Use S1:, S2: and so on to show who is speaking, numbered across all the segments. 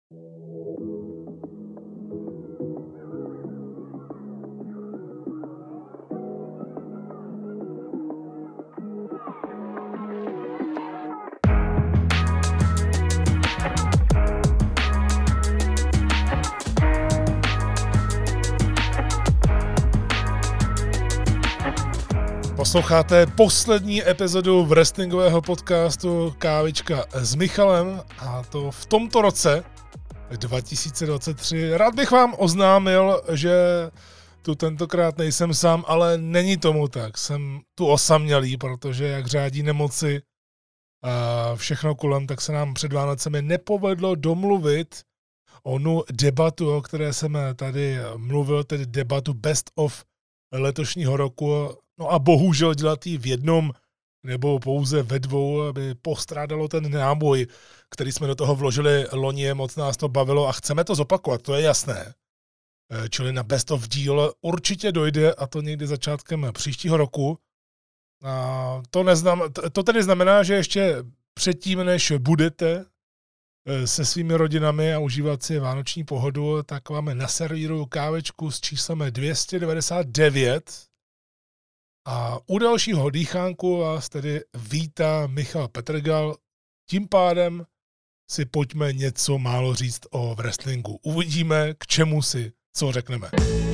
S1: Posloucháte poslední epizodu wrestlingového podcastu Kávička s Michalem, a to v tomto roce 2023. Rád bych vám oznámil, že tu tentokrát nejsem sám, ale není tomu tak. Jsem tu osamělý, protože jak řádí nemoci a všechno kolem, tak se nám před Vánocemi nepovedlo domluvit onu debatu, o které jsem tady mluvil, tedy debatu Best of letošního roku. No a bohužel dělat ji v jednom nebo pouze ve dvou, aby postrádalo ten náboj, který jsme do toho vložili loni, moc nás to bavilo a chceme to zopakovat, to je jasné. Čili na Best of díl určitě dojde, a to někdy začátkem příštího roku. A to tedy znamená, že ještě předtím, než budete se svými rodinami a užívat si vánoční pohodu, tak máme na servíru kávečku s číslem 299. A u dalšího dýchánku vás tedy vítá Michal Petrgal. Tím pádem si pojďme něco málo říct o wrestlingu. Uvidíme, k čemu si co řekneme.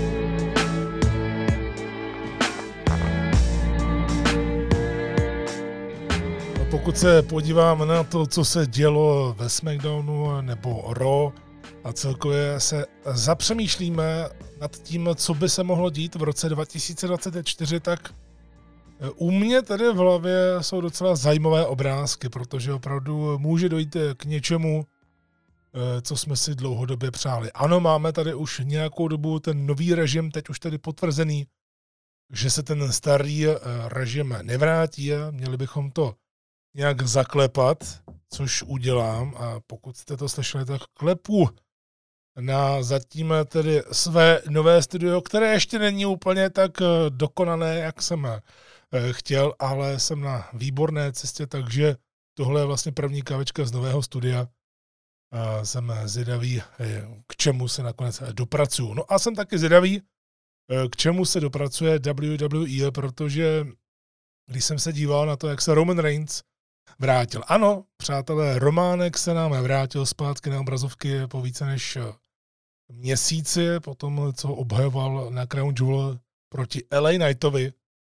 S1: No, pokud se podívám na to, co se dělo ve SmackDownu nebo Raw, a celkově se zapřemýšlíme nad tím, co by se mohlo dít v roce 2024, tak u mě tady v hlavě jsou docela zajímavé obrázky, protože opravdu může dojít k něčemu, co jsme si dlouhodobě přáli. Ano, máme tady už nějakou dobu ten nový režim, teď už tady potvrzený, že se ten starý režim nevrátí, měli bychom to nějak zaklepat, což udělám, a pokud jste to slyšeli, tak klepu na zatím tedy své nové studio, které ještě není úplně tak dokonalé, jak jsem chtěl, ale jsem na výborné cestě, takže tohle je vlastně první kávečka z nového studia. A jsem zvědavý, k čemu se nakonec dopracuju. No a jsem taky zvědavý, k čemu se dopracuje WWE, protože když jsem se díval na to, jak se Roman Reigns vrátil. Ano, přátelé, Románek se nám vrátil zpátky na obrazovky po více než měsíci, po tom, co obhajoval na Crown Jewel proti LA Knightovi.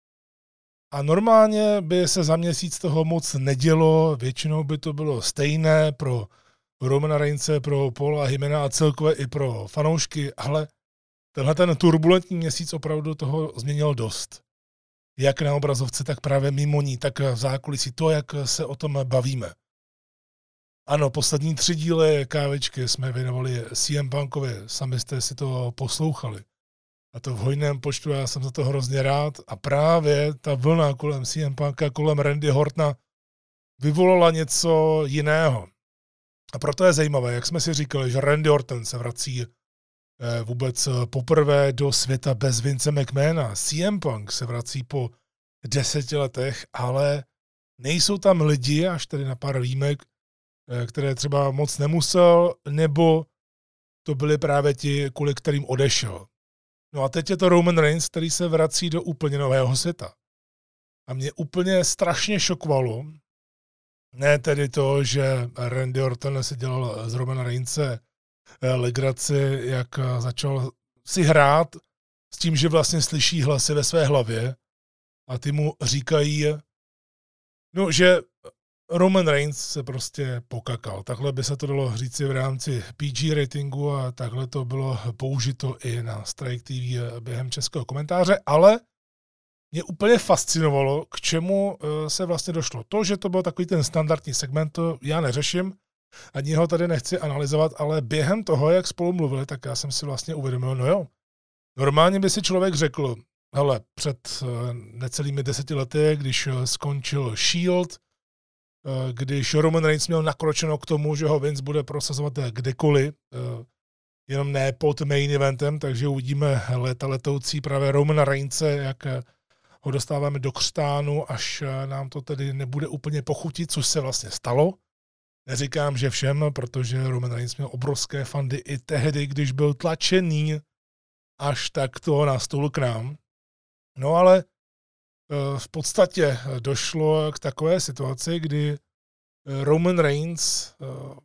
S1: A normálně by se za měsíc toho moc nedělo, většinou by to bylo stejné pro Romana Reignse, pro Paula Heymana a celkově i pro fanoušky, ale tenhle ten turbulentní měsíc opravdu toho změnil dost. Jak na obrazovce, tak právě mimo ní, tak v zákulisí, to, jak se o tom bavíme. Ano, poslední 3 díly kávečky jsme věnovali CM Punkovi, sami jste si to poslouchali. A to v hojném počtu, já jsem za to hrozně rád. A právě ta vlna kolem CM Punka, kolem Randy Ortona vyvolala něco jiného. A proto je zajímavé, jak jsme si říkali, že Randy Orton se vrací vůbec poprvé do světa bez Vince McMahona. CM Punk se vrací po 10 letech, ale nejsou tam lidi, až tedy na pár výjimek, které třeba moc nemusel, nebo to byli právě ti, kvůli kterým odešel. No a teď je to Roman Reigns, který se vrací do úplně nového světa. A mě úplně strašně šokovalo, ne tedy to, že Randy Orton si dělal z Romana Reignse legraci, jak začal si hrát s tím, že vlastně slyší hlasy ve své hlavě a ty mu říkají, no, že Roman Reigns se prostě pokakal. Takhle by se to dalo říci v rámci PG ratingu a takhle to bylo použito i na Strike TV během českého komentáře, ale mě úplně fascinovalo, k čemu se vlastně došlo. To, že to byl takový ten standardní segment, to já neřeším, ani ho tady nechci analyzovat, ale během toho, jak spolu mluvili, tak já jsem si vlastně uvědomil, no jo, normálně by si člověk řekl, hele, před necelými 10 lety, když skončil Shield, když Roman Reigns měl nakročeno k tomu, že ho Vince bude prosazovat kdekoliv, jenom ne pod main eventem, takže uvidíme léta letoucí právě Romana Reignse, jak ho dostáváme do křtánu, až nám to tedy nebude úplně pochutit, což se vlastně stalo. Neříkám, že všem, protože Roman Reigns měl obrovské fandy i tehdy, když byl tlačený až takto na stůl k nám. No ale v podstatě došlo k takové situaci, kdy Roman Reigns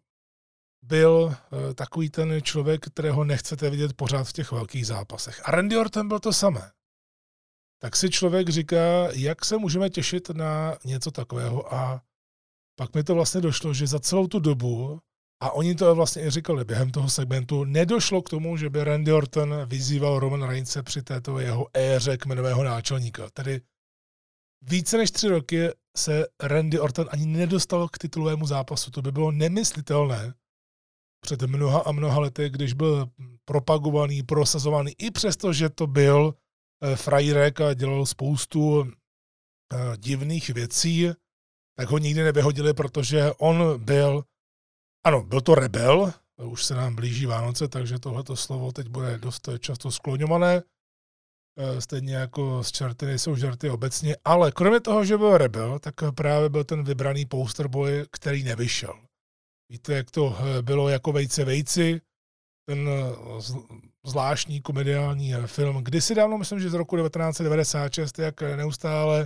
S1: byl takový ten člověk, kterého nechcete vidět pořád v těch velkých zápasech. A Randy Orton byl to samé. Tak si člověk říká, jak se můžeme těšit na něco takového. A pak mi to vlastně došlo, že za celou tu dobu, a oni to vlastně i říkali během toho segmentu, nedošlo k tomu, že by Randy Orton vyzýval Roman Reignse při této jeho éře kmenového náčelníka. Tedy více než 3 roky se Randy Orton ani nedostal k titulovému zápasu. To by bylo nemyslitelné před mnoha a mnoha lety, když byl propagovaný, prosazovaný, i přesto, že to byl frajírek a dělal spoustu divných věcí, tak ho nikdy nevyhodili, protože on byl to rebel, už se nám blíží Vánoce, takže tohleto slovo teď bude dost často skloňované, stejně jako z čerty nejsou žerty obecně, ale kromě toho, že byl rebel, tak právě byl ten vybraný poster boy, který nevyšel. Víte, jak to bylo jako vejci, ten zvláštní komediální film, kdysi dávno, myslím, že z roku 1996, jak neustále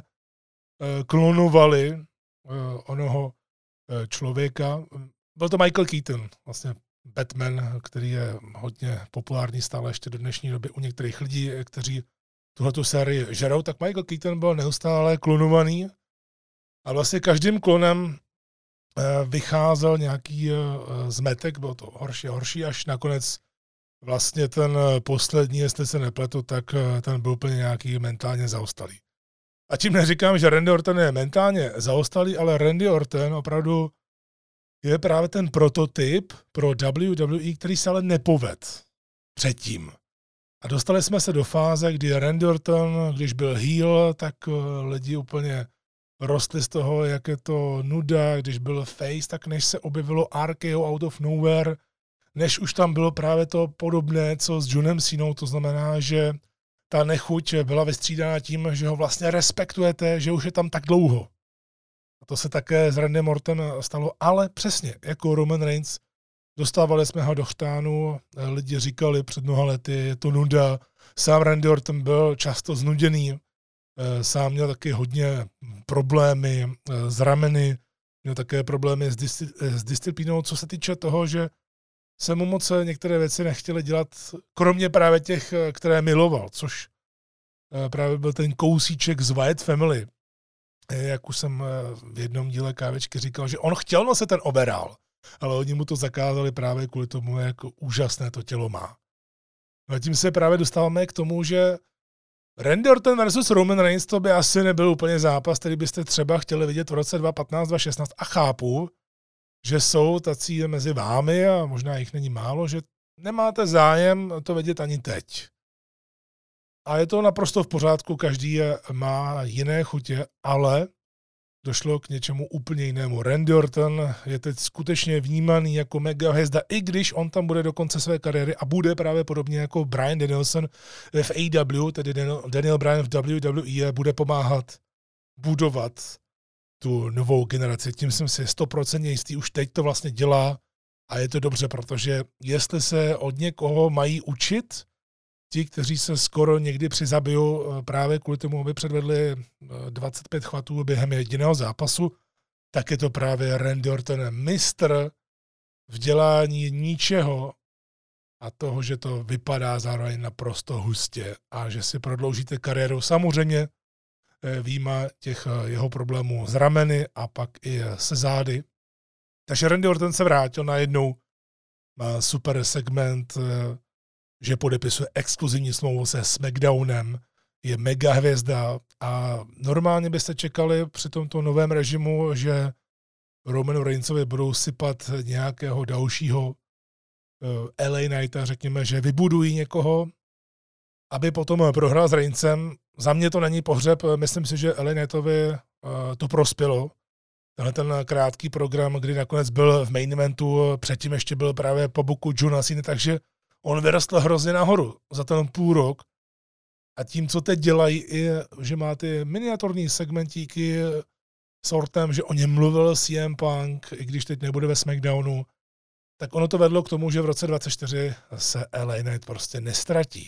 S1: klonovali onoho člověka. Byl to Michael Keaton, vlastně Batman, který je hodně populární stále ještě do dnešní doby u některých lidí, kteří tuhletu sérii žerou, tak Michael Keaton byl neustále klonovaný a vlastně každým klonem vycházel nějaký zmetek, bylo to horší a horší, až nakonec vlastně ten poslední, jestli se nepletu, tak ten byl úplně nějaký mentálně zaostalý. A tím neříkám, že Randy Orton je mentálně zaostalý, ale Randy Orton opravdu je právě ten prototyp pro WWE, který se ale nepovedl předtím. A dostali jsme se do fáze, kdy Randy Orton, když byl heel, tak lidi úplně rostli z toho, jak je to nuda, když byl face, tak než se objevilo RKO out of nowhere, než už tam bylo právě to podobné, co s Johnem Cenou, to znamená, že ta nechuť byla vystřídána tím, že ho vlastně respektujete, že už je tam tak dlouho. A to se také s Randym Ortonem stalo, ale přesně, jako Roman Reigns, dostávali jsme ho do chtánu, lidi říkali před mnoha lety, je to nuda, sám Randy Orton byl často znuděný, sám měl taky hodně problémy s rameny, měl také problémy s disciplínou, co se týče toho, že se mu moc některé věci nechtěli dělat, kromě právě těch, které miloval, což právě byl ten kousíček z Wyatt Family. Jak už jsem v jednom díle Kávečky říkal, že on chtěl nosit ten overall, ale oni mu to zakázali právě kvůli tomu, jak úžasné to tělo má. No a tím se právě dostáváme k tomu, že Randy Orton versus Roman Reigns, to by asi nebyl úplně zápas, který byste třeba chtěli vidět v roce 2015, 2016 a chápu, že jsou tací mezi vámi a možná jich není málo, že nemáte zájem to vidět ani teď. A je to naprosto v pořádku, každý má jiné chutě, ale došlo k něčemu úplně jinému. Randy Orton je teď skutečně vnímaný jako mega hvězda, i když on tam bude do konce své kariéry a bude právě podobně jako Bryan Danielson v AEW, tedy Daniel Bryan v WWE, bude pomáhat budovat tu novou generaci. Tím jsem si 100% jistý, už teď to vlastně dělá a je to dobře, protože jestli se od někoho mají učit, ti, kteří se skoro někdy přizabijou právě kvůli tomu, aby předvedli 25 chvatů během jediného zápasu, tak je to právě Randy Orton, mistr v dělání ničeho a toho, že to vypadá zároveň naprosto hustě a že si prodloužíte kariéru. Samozřejmě výjima těch jeho problémů s rameny a pak i se zády. Takže Randy Orton se vrátil najednou, má super segment, že podepisuje exkluzivní smlouvu se SmackDownem, je mega hvězda a normálně byste čekali při tomto novém režimu, že Romanu Reignsovi budou sypat nějakého dalšího LA Knighta, řekněme, že vybudují někoho, aby potom prohrál s Reignsem. Za mě to není pohřeb, myslím si, že LA Knightovi to prospělo. Tenhle ten krátký program, kdy nakonec byl v main eventu, předtím ještě byl právě po boku Johna Cena, takže on vyrostl hrozně nahoru za ten půl rok a tím, co teď dělají, je, že má ty miniaturní segmentíky s Ortonem, že o něm mluvil CM Punk, i když teď nebude ve SmackDownu, tak ono to vedlo k tomu, že v roce 2024 se LA Knight prostě nestratí.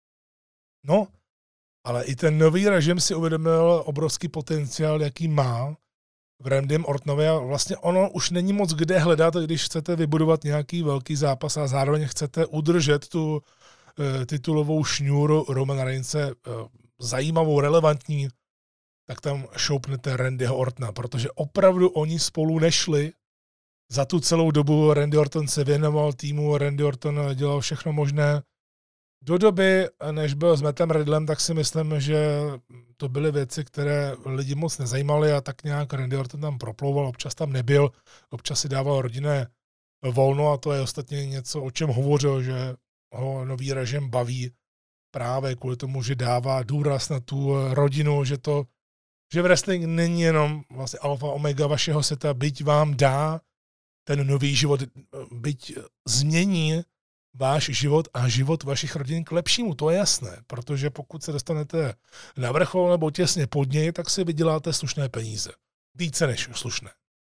S1: No, ale i ten nový režim si uvědomil obrovský potenciál, jaký má v Randym Ortonovi a vlastně ono už není moc kde hledat, když chcete vybudovat nějaký velký zápas a zároveň chcete udržet tu titulovou šňůru Romana Reignse zajímavou, relevantní, tak tam šoupnete Randyho Ortona, protože opravdu oni spolu nešli. Za tu celou dobu Randy Orton se věnoval týmu, Randy Orton dělal všechno možné. Do doby, než byl s Mattem Riddlem, tak si myslím, že to byly věci, které lidi moc nezajímaly a tak nějak Randy Orton tam proplouval, občas tam nebyl, občas si dával rodinné volno a to je ostatně něco, o čem hovořil, že ho nový režim baví právě kvůli tomu, že dává důraz na tu rodinu, že wrestling není jenom vlastně alfa omega vašeho seta, byť vám dá ten nový život, byť změní váš život a život vašich rodin k lepšímu, to je jasné, protože pokud se dostanete na vrchol nebo těsně pod něj, tak si vyděláte slušné peníze. Více než slušné.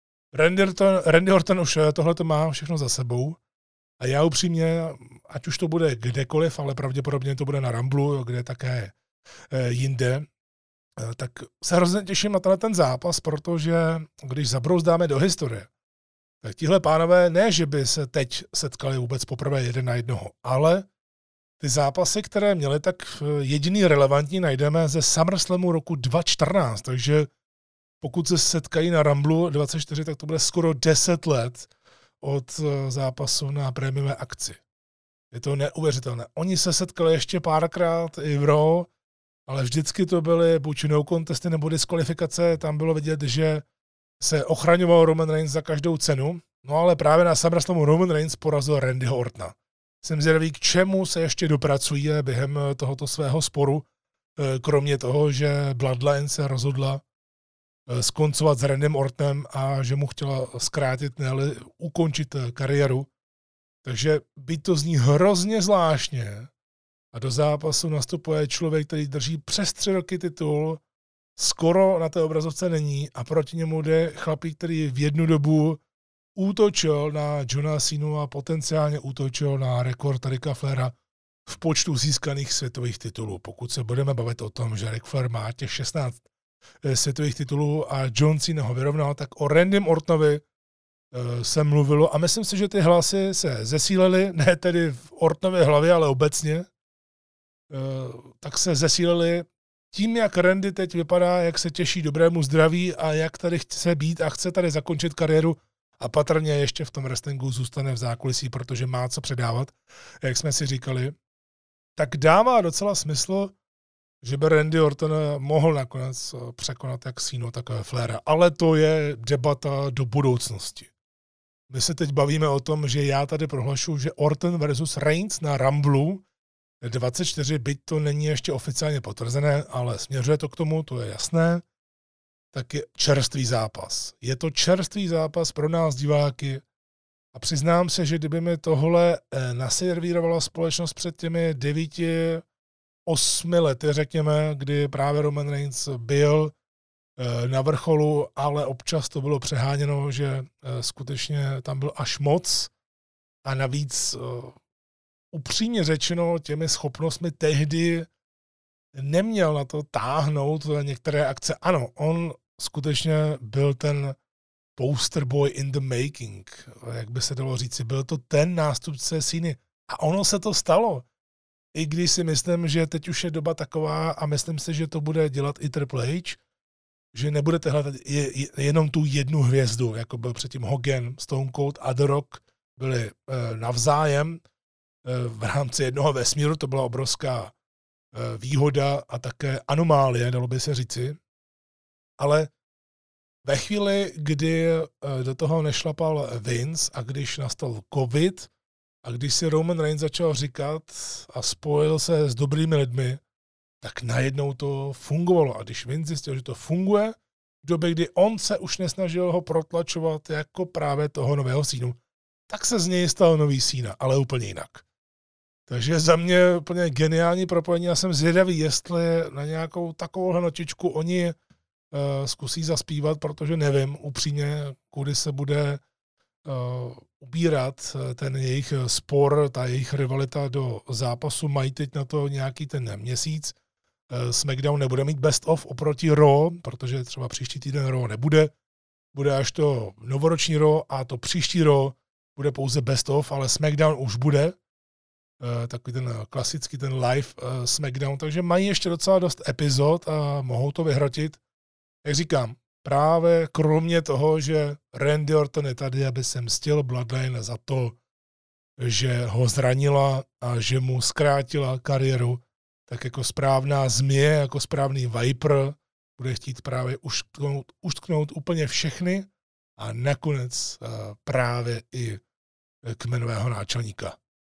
S1: Randy Orton už tohleto má všechno za sebou a já upřímně, ať už to bude kdekoliv, ale pravděpodobně to bude na Rumblu, kde také jinde, tak se hrozně těším na ten zápas, protože když zabrouzdáme do historie, tak tihle pánové ne, že by se teď setkali vůbec poprvé jeden na jednoho, ale ty zápasy, které měli, tak jediný relevantní najdeme ze SummerSlamu roku 2014, takže pokud se setkají na Rumblu 24, tak to bude skoro 10 let od zápasu na prémiové akci. Je to neuvěřitelné. Oni se setkali ještě párkrát i v Raw, ale vždycky to byly buď no contesty nebo diskvalifikace, tam bylo vidět, že se ochraňoval Roman Reigns za každou cenu, no ale právě na SummerSlamu Roman Reigns porazil Randyho Ortona. Jsem zvědavý, k čemu se ještě dopracují během tohoto svého sporu, kromě toho, že Bloodline se rozhodla skoncovat s Randym Ortonem a že mu chtěla zkrátit, ne, ukončit kariéru. Takže byť to zní hrozně zvláštně a do zápasu nastupuje člověk, který drží přes 3 roky titul, skoro na té obrazovce není a proti němu jde chlapík, který v jednu dobu útočil na Johna Cenu a potenciálně útočil na rekord Ricka Flaira v počtu získaných světových titulů. Pokud se budeme bavit o tom, že Ric Flair má těch 16 světových titulů a John Cena ho vyrovnal, tak o Randym Ortonovi se mluvilo a myslím si, že ty hlasy se zesílily, ne tedy v Ortonově hlavě, ale obecně, tak se zesílily tím, jak Randy teď vypadá, jak se těší dobrému zdraví a jak tady chce být a chce tady zakončit kariéru a patrně ještě v tom wrestlingu zůstane v zákulisí, protože má co předávat, jak jsme si říkali, tak dává docela smysl, že by Randy Orton mohl nakonec překonat jak Cena, tak Flaira. Ale to je debata do budoucnosti. My se teď bavíme o tom, že já tady prohlašuji, že Orton versus Reigns na Rumblu 24, byť to není ještě oficiálně potvrzené, ale směřuje to k tomu, to je jasné, tak je čerstvý zápas. Je to čerstvý zápas pro nás diváky a přiznám se, že kdyby mi tohle naservírovala společnost před těmi 9-8 lety, řekněme, kdy právě Roman Reigns byl na vrcholu, ale občas to bylo přeháněno, že skutečně tam byl až moc a navíc upřímně řečeno těmi schopnostmi tehdy neměl na to táhnout některé akce. Ano, on skutečně byl ten poster boy in the making, jak by se dalo říci. Byl to ten nástupce Ceny. A ono se to stalo. I když si myslím, že teď už je doba taková a myslím si, že to bude dělat i Triple H, že nebudete hledat jenom tu jednu hvězdu, jako byl předtím Hogan, Stone Cold a The Rock byli navzájem v rámci jednoho vesmíru, to byla obrovská výhoda a také anomálie, dalo by se říci. Ale ve chvíli, kdy do toho nešlapal Vince a když nastal COVID a když si Roman Reigns začal říkat a spojil se s dobrými lidmi, tak najednou to fungovalo. A když Vince zjistil, že to funguje, v době, kdy on se už nesnažil ho protlačovat jako právě toho nového Cenu, tak se z něj stal nový Cena, ale úplně jinak. Takže za mě úplně geniální propojení. Já jsem zvědavý, jestli na nějakou takovouhle notičku oni zkusí zaspívat, protože nevím upřímně, kudy se bude ubírat ten jejich spor, ta jejich rivalita do zápasu. Mají teď na to nějaký ten měsíc. SmackDown nebude mít best of oproti Raw, protože třeba příští týden Raw nebude. Bude až to novoroční Raw a to příští Raw bude pouze best of, ale SmackDown už bude. Takový ten klasický, ten live SmackDown, takže mají ještě docela dost epizod a mohou to vyhrotit. Jak říkám, právě kromě toho, že Randy Orton je tady, aby se mstil Bloodline za to, že ho zranila a že mu zkrátila kariéru, tak jako správná zmije, jako správný Viper bude chtít právě uštknout úplně všechny a nakonec právě i kmenového náčelníka.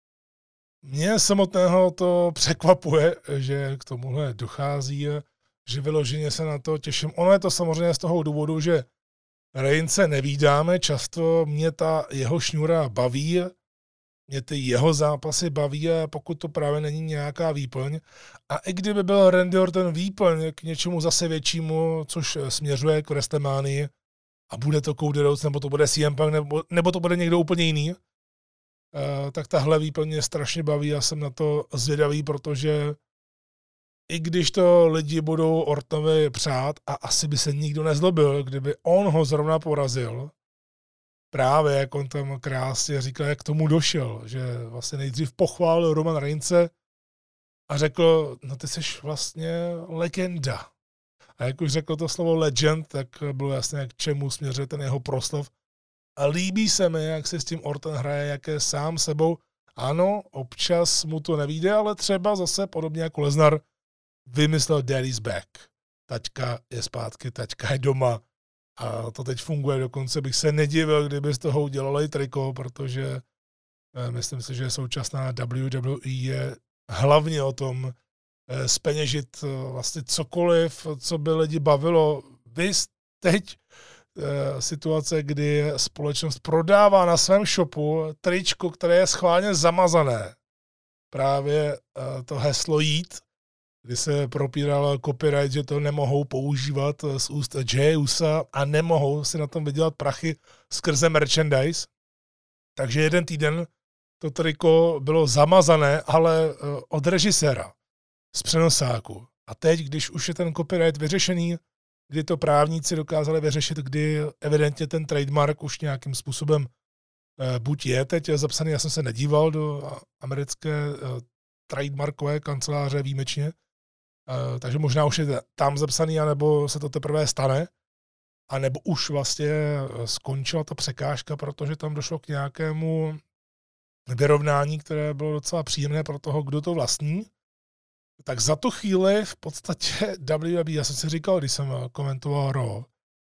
S1: Mě samotného to překvapuje, že k tomuhle dochází, že vyloženě se na to těším. Ono je to samozřejmě z toho důvodu, že Reince nevídáme, často mě ta jeho šňůra baví, mě ty jeho zápasy baví a pokud to právě není nějaká výplň. A i kdyby byl Randy Orton výplň k něčemu zase většímu, což směřuje k WrestleManii a bude to Cody Rhodes, nebo to bude CM Punk, nebo to bude někdo úplně jiný, tak tahle výplň mě strašně baví a jsem na to zvědavý, protože i když to lidi budou Ortonovi přát a asi by se nikdo nezlobil, kdyby on ho zrovna porazil, právě jak on tam krásně říkal, jak k tomu došel, že vlastně nejdřív pochválil Roman Reince a řekl, no ty jsi vlastně legenda. A jak už řekl to slovo legend, tak bylo jasné, k čemu směřuje ten jeho proslov. A líbí se mi, jak si s tím Orton hraje, jak je sám sebou. Ano, občas mu to nevíde, ale třeba zase podobně jako Lesnar vymyslel Daddy's back. Taťka je zpátky, taťka je doma. A to teď funguje, dokonce bych se nedivil, kdyby z toho udělali triko, protože myslím si, že současná WWE je hlavně o tom zpeněžit vlastně cokoliv, co by lidi bavilo. Vy teď situace, kdy společnost prodává na svém shopu tričko, které je schválně zamazané. Právě to heslo jít, kdy se propíral copyright, že to nemohou používat z úst Jey Usa a nemohou si na tom vydělat prachy skrze merchandise. Takže jeden týden to triko bylo zamazané, ale od režiséra z přenosáku. A teď, když už je ten copyright vyřešený, kdy to právníci dokázali vyřešit, kdy evidentně ten trademark už nějakým způsobem buď je teď zapsaný, já jsem se nedíval do americké trademarkové kanceláře výjimečně, takže možná už je tam zapsaný, anebo se to teprve stane, anebo už vlastně skončila ta překážka, protože tam došlo k nějakému vyrovnání, které bylo docela příjemné pro toho, kdo to vlastní. Tak za tu chvíli v podstatě WWE, já jsem si říkal, když jsem komentoval Raw,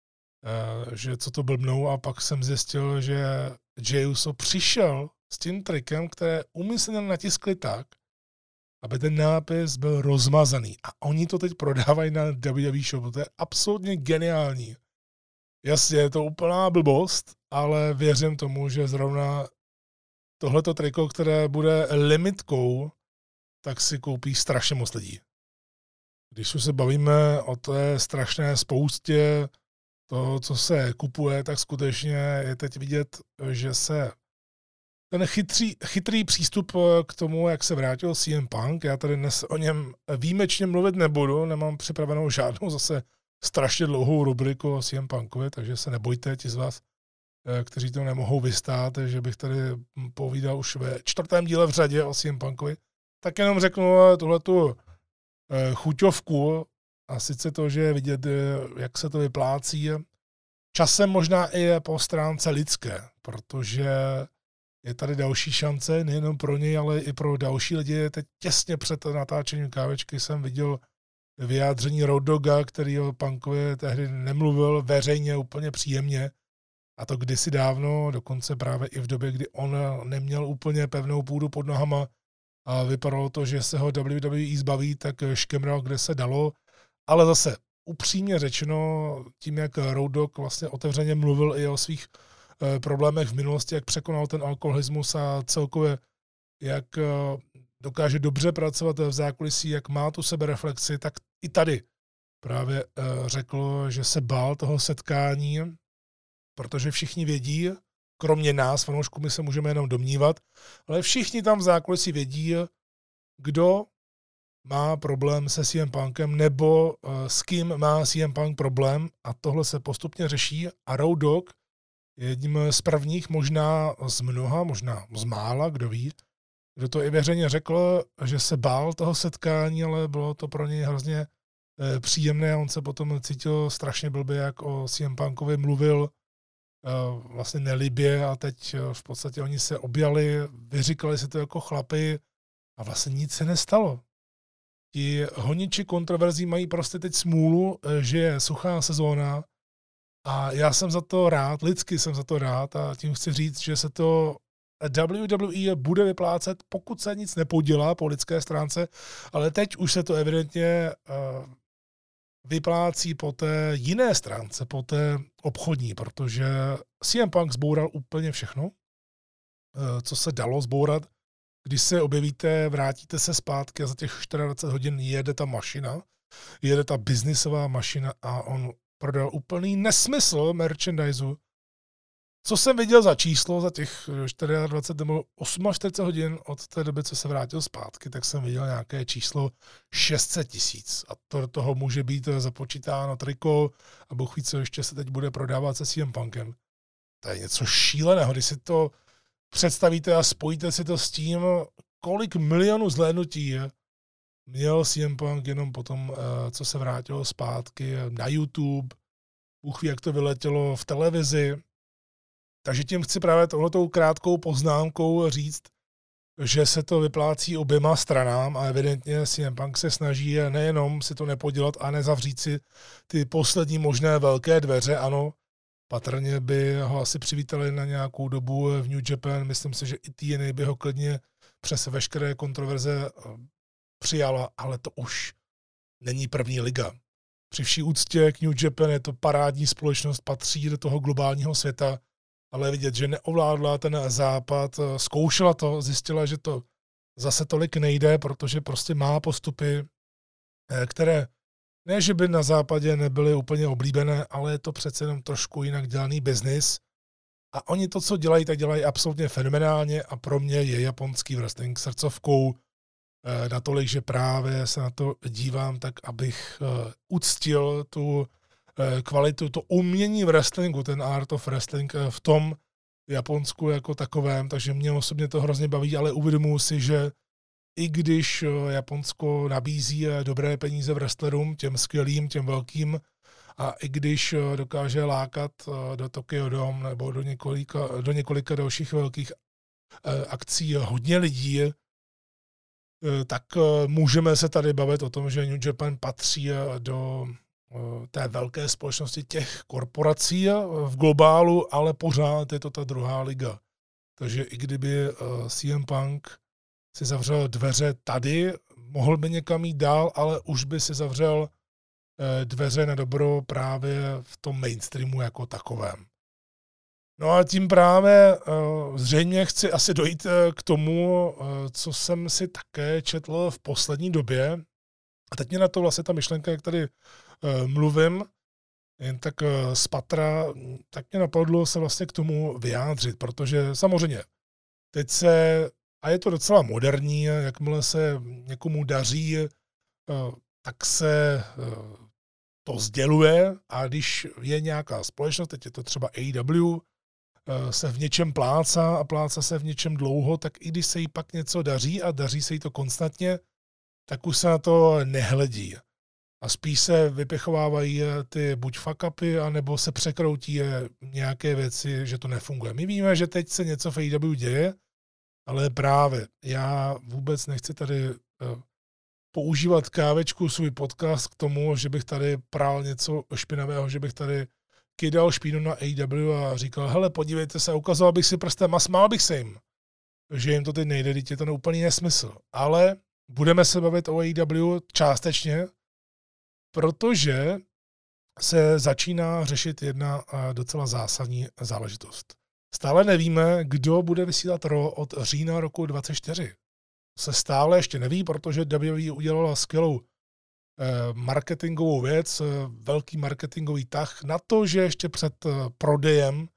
S1: že co to blbnou a pak jsem zjistil, že Jey Uso přišel s tím trikem, které úmyslně natiskli tak, aby ten nápis byl rozmazaný. A oni to teď prodávají na WWE shopu. To je absolutně geniální. Jasně, je to úplná blbost, ale věřím tomu, že zrovna tohleto triko, které bude limitkou, tak si koupí strašně moc lidí. Když už se bavíme o té strašné spoustě toho, co se kupuje, tak skutečně je teď vidět, že se ten chytrý přístup k tomu, jak se vrátil CM Punk, já tady dnes o něm výjimečně mluvit nebudu, nemám připravenou žádnou zase strašně dlouhou rubriku o CM Punkovi, takže se nebojte ti z vás, kteří to nemohou vystát, že bych tady povídal už ve 4. díle v řadě o CM Punkovi. Tak jenom řeknu tuhletu chuťovku a sice to, že je vidět, jak se to vyplácí. Časem možná i po stránce lidské, protože je tady další šance, nejenom pro něj, ale i pro další lidi. Teď těsně před natáčením kávečky jsem viděl vyjádření Road Dogga, který o Punkovi tehdy nemluvil veřejně úplně příjemně. A to kdysi dávno, dokonce právě i v době, kdy on neměl úplně pevnou půdu pod nohama a vypadalo to, že se ho WWE zbaví, tak škemral, kde se dalo. Ale zase upřímně řečeno, tím, jak Road Dogg vlastně otevřeně mluvil i o svých problémech v minulosti, jak překonal ten alkoholismus a celkově, jak dokáže dobře pracovat v zákulisí, jak má tu sebereflexi, tak i tady právě řekl, že se bál toho setkání, protože všichni vědí, kromě nás, fanoušků, my se můžeme jenom domnívat, ale všichni tam v zákulisí vědí, kdo má problém se CM Punkem nebo s kým má CM Punk problém a tohle se postupně řeší a Road Dogg je jedním z prvních, možná z mnoha, možná z mála, kdo ví, kdo to i veřejně řekl, že se bál toho setkání, ale bylo to pro něj hrozně příjemné a on se potom cítil strašně blbě, jak o CM Punkovi mluvil vlastně nelibě a teď v podstatě oni se objali, vyříkali si to jako chlapi a vlastně nic se nestalo. Ti honiči kontroverzí mají prostě teď smůlu, že je suchá sezóna a já jsem za to rád, lidsky jsem za to rád a tím chci říct, že se to WWE bude vyplácet, pokud se nic nepodělá po lidské stránce, ale teď už se to evidentně vyplácí po té jiné stránce, po té obchodní, protože CM Punk zboural úplně všechno, co se dalo zbourat. Když se objevíte, vrátíte se zpátky a za těch 24 hodin jede ta mašina, jede ta biznisová mašina a on prodal úplný nesmysl merchandiseu. Co jsem viděl za číslo za těch 24 nebo 48 hodin od té doby, co se vrátil zpátky, tak jsem viděl nějaké číslo 600 000. A to do toho může být započítáno triko a Bůh ví, co ještě se teď bude prodávat se CM Punkem. To je něco šíleného, když si to představíte a spojíte si to s tím, kolik milionů zhlédnutí měl CM Punk jenom potom, co se vrátilo zpátky na YouTube. Bůh ví, jak to vyletělo v televizi. Takže tím chci právě tohletou krátkou poznámkou říct, že se to vyplácí oběma stranám a evidentně CM Punk se snaží nejenom si to nepodělat a nezavřít si ty poslední možné velké dveře. Ano, patrně by ho asi přivítali na nějakou dobu v New Japan. Myslím si, že i TNA by ho klidně přes veškeré kontroverze přijala, ale to už není první liga. Při vší úctě k New Japan je to parádní společnost, patří do toho globálního světa, ale vidět, že neovládla ten západ, zkoušela to, zjistila, že to zase tolik nejde, protože prostě má postupy, které ne, že by na západě nebyly úplně oblíbené, ale je to přece jenom trošku jinak dělaný biznis. A oni to, co dělají, tak dělají absolutně fenomenálně a pro mě je japonský wrestling srdcovkou natolik, že právě se na to dívám tak, abych uctil tu kvalitu, to umění v wrestlingu, ten art of wrestling v tom Japonsku jako takovém, takže mě osobně to hrozně baví, ale uvědomuji si, že i když Japonsko nabízí dobré peníze v wrestlerům, těm skvělým, těm velkým, a i když dokáže lákat do Tokyo Dome nebo do několika dalších velkých akcí hodně lidí, tak můžeme se tady bavit o tom, že New Japan patří do té velké společnosti těch korporací v globálu, ale pořád je to ta druhá liga. Takže i kdyby CM Punk si zavřel dveře tady, mohl by někam jít dál, ale už by si zavřel dveře na dobro právě v tom mainstreamu jako takovém. No a tím právě zřejmě chci asi dojít k tomu, co jsem si také četl v poslední době. A teď mě na to vlastně ta myšlenka, jak tady mluvím, jen tak z patra, tak mě napadlo se vlastně k tomu vyjádřit, protože samozřejmě teď se, a je to docela moderní, jakmile se někomu daří, tak se to sděluje a když je nějaká společnost, teď je to třeba AEW, se v něčem plácá a plácá se v něčem dlouho, tak i když se jí pak něco daří a daří se jí to konstantně, tak už se na to nehledí. A spíš se vypichovávají ty buď fuck-upy, anebo se překroutí nějaké věci, že to nefunguje. My víme, že teď se něco v AEW děje, ale právě já vůbec nechci tady používat kávečku, svůj podcast k tomu, že bych tady prál něco špinavého, že bych tady kydal špínu na AEW a říkal, hele, podívejte se, ukazoval bych si prstem a smál bych se jim. Že jim to teď nejde, teď je to úplný nesmysl. Ale budeme se bavit o AEW částečně, protože se začíná řešit jedna docela zásadní záležitost. Stále nevíme, kdo bude vysílat Raw od října roku 2024. Se stále ještě neví, protože WWE udělala skvělou marketingovou věc, velký marketingový tah na to, že ještě před prodejem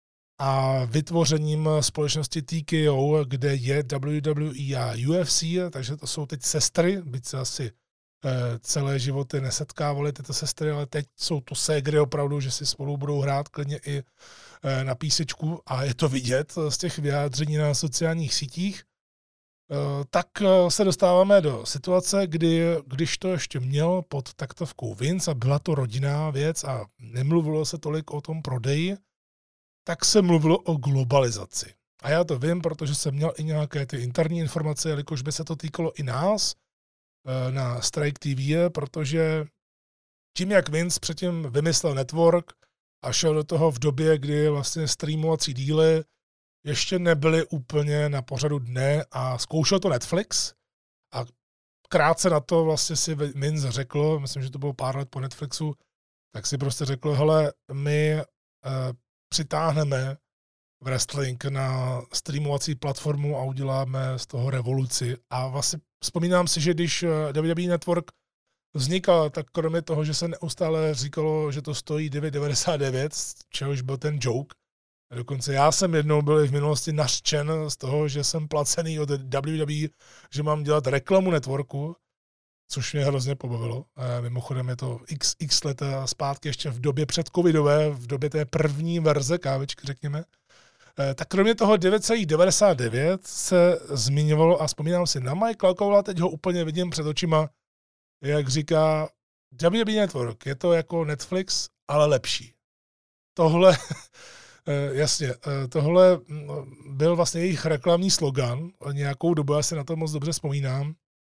S1: a vytvořením společnosti TKO, kde je WWE a UFC, takže to jsou teď sestry, byť se asi celé životy nesetkávaly tyto sestry, ale teď jsou to ségry opravdu, že si spolu budou hrát klidně i na písečku a je to vidět z těch vyjádření na sociálních sítích. Tak se dostáváme do situace, když to ještě měl pod taktovkou Vince a byla to rodinná věc a nemluvilo se tolik o tom prodeji, tak se mluvilo o globalizaci. A já to vím, protože jsem měl i nějaké ty interní informace, jelikož by se to týkalo i nás na Strike TV, protože tím, jak Vince předtím vymyslel network a šel do toho v době, kdy vlastně streamovací díly ještě nebyly úplně na pořadu dne a zkoušel to Netflix a krátce na to vlastně si Vince řekl, myslím, že to bylo pár let po Netflixu, tak si prostě řekl, hele, my přitáhneme wrestling na streamovací platformu a uděláme z toho revoluci. A vlastně vzpomínám si, že když WWE Network vznikal, tak kromě toho, že se neustále říkalo, že to stojí 9,99, z čehož byl ten joke, a dokonce já jsem jednou byl v minulosti nařčen z toho, že jsem placený od WWE, že mám dělat reklamu networku, což mě hrozně pobavilo. Mimochodem je to x let zpátky, ještě v době předcovidové, v době té první verze kávičky, řekněme. Tak kromě toho 9,99 se zmiňovalo, a vzpomínám si na Michaela Cola, teď ho úplně vidím před očima, jak říká WWE Network, je to jako Netflix, ale lepší. Tohle, jasně, tohle byl vlastně jejich reklamní slogan, nějakou dobu, já si na to moc dobře vzpomínám.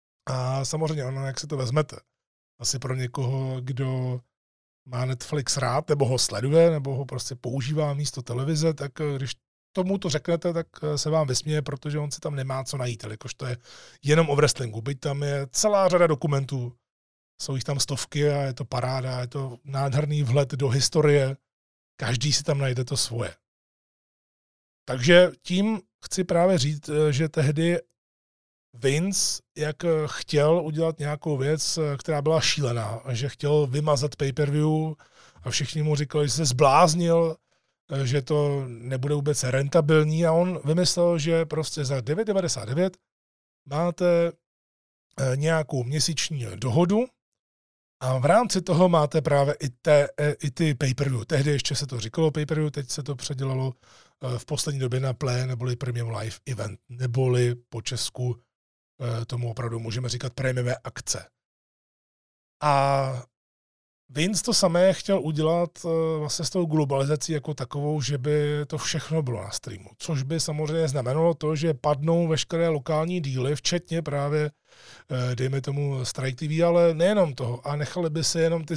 S1: A samozřejmě ono, jak si to vezmete. Asi pro někoho, kdo má Netflix rád, nebo ho sleduje, nebo ho prostě používá místo televize, tak když tomu to řeknete, tak se vám vysměje, protože on si tam nemá co najít, jakož to je jenom o wrestlingu. Byť tam je celá řada dokumentů, jsou jich tam stovky a je to paráda, je to nádherný vhled do historie, každý si tam najde to svoje. Takže tím chci právě říct, že tehdy Vince, jak chtěl udělat nějakou věc, která byla šílená, že chtěl vymazat pay-per-view a všichni mu říkali, že se zbláznil, že to nebude vůbec rentabilní a on vymyslel, že prostě za 9,99 máte nějakou měsíční dohodu a v rámci toho máte právě i ty pay-per-view. Tehdy ještě se to říkalo pay-per-view, teď se to předělalo v poslední době na Play, neboli Premium Live Event, neboli po česku tomu opravdu můžeme říkat prémiové akce. A Vince to samé chtěl udělat vlastně s tou globalizací jako takovou, že by to všechno bylo na streamu. Což by samozřejmě znamenalo to, že padnou veškeré lokální díly, včetně právě, dejme tomu, Strike TV, ale nejenom toho. A nechali by se jenom ty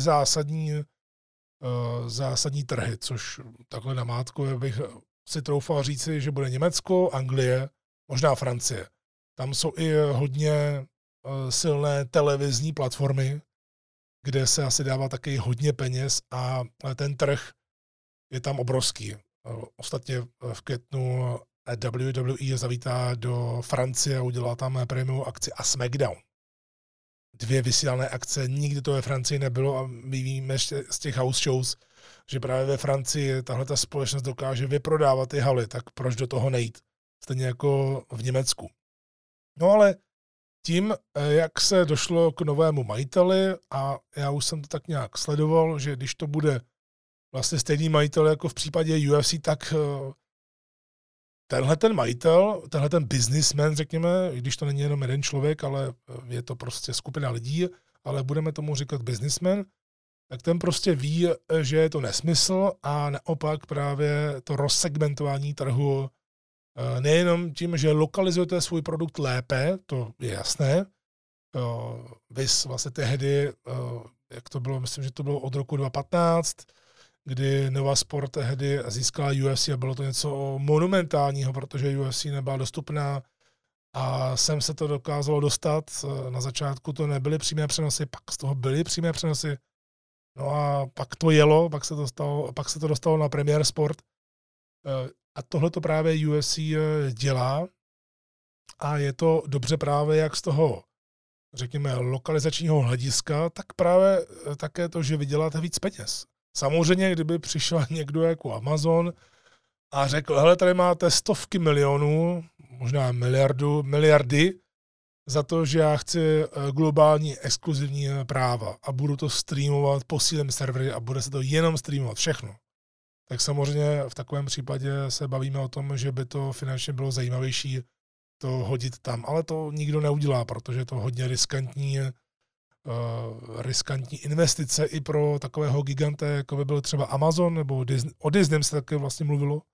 S1: zásadní trhy, což takhle namátkově bych si troufal říci, že bude Německo, Anglie, možná Francie. Tam jsou i hodně silné televizní platformy, kde se asi dává taky hodně peněz a ten trh je tam obrovský. Ostatně v květnu WWE zavítá do Francie a udělá tam prémiovou akci a SmackDown. 2 vysílané akce, nikdy to ve Francii nebylo a my víme z těch house shows, že právě ve Francii tahle ta společnost dokáže vyprodávat ty haly, tak proč do toho nejít? Stejně jako v Německu. No ale tím, jak se došlo k novému majiteli, a já už jsem to tak nějak sledoval, že když to bude vlastně stejný majitel jako v případě UFC, tak tenhle ten majitel, tenhle ten businessman, řekněme, když to není jenom jeden člověk, ale je to prostě skupina lidí, ale budeme tomu říkat businessman, tak ten prostě ví, že je to nesmysl a naopak právě to rozsegmentování trhu nejenom tím, že lokalizujete svůj produkt lépe, to je jasné, vys vlastně tehdy, jak to bylo, myslím, že to bylo od roku 2015, kdy Nova Sport tehdy získala UFC a bylo to něco monumentálního, protože UFC nebyla dostupná a sem se to dokázalo dostat. Na začátku to nebyly přímé přenosy, pak z toho byly přímé přenosy. No a pak to jelo, pak se to dostalo na Premier Sport. A tohle to právě UFC dělá a je to dobře právě jak z toho řekněme, lokalizačního hlediska, tak právě také to, že vyděláte víc peněz. Samozřejmě, kdyby přišel někdo jako Amazon a řekl, hele, tady máte stovky milionů, možná miliardy, za to, že já chci globální exkluzivní práva a budu to streamovat, posílím servery a bude se to jenom streamovat, všechno. Tak samozřejmě v takovém případě se bavíme o tom, že by to finančně bylo zajímavější to hodit tam, ale to nikdo neudělá, protože je to hodně riskantní investice i pro takového giganta, jako by byl třeba Amazon, nebo Disney. O Disney se také vlastně mluvilo.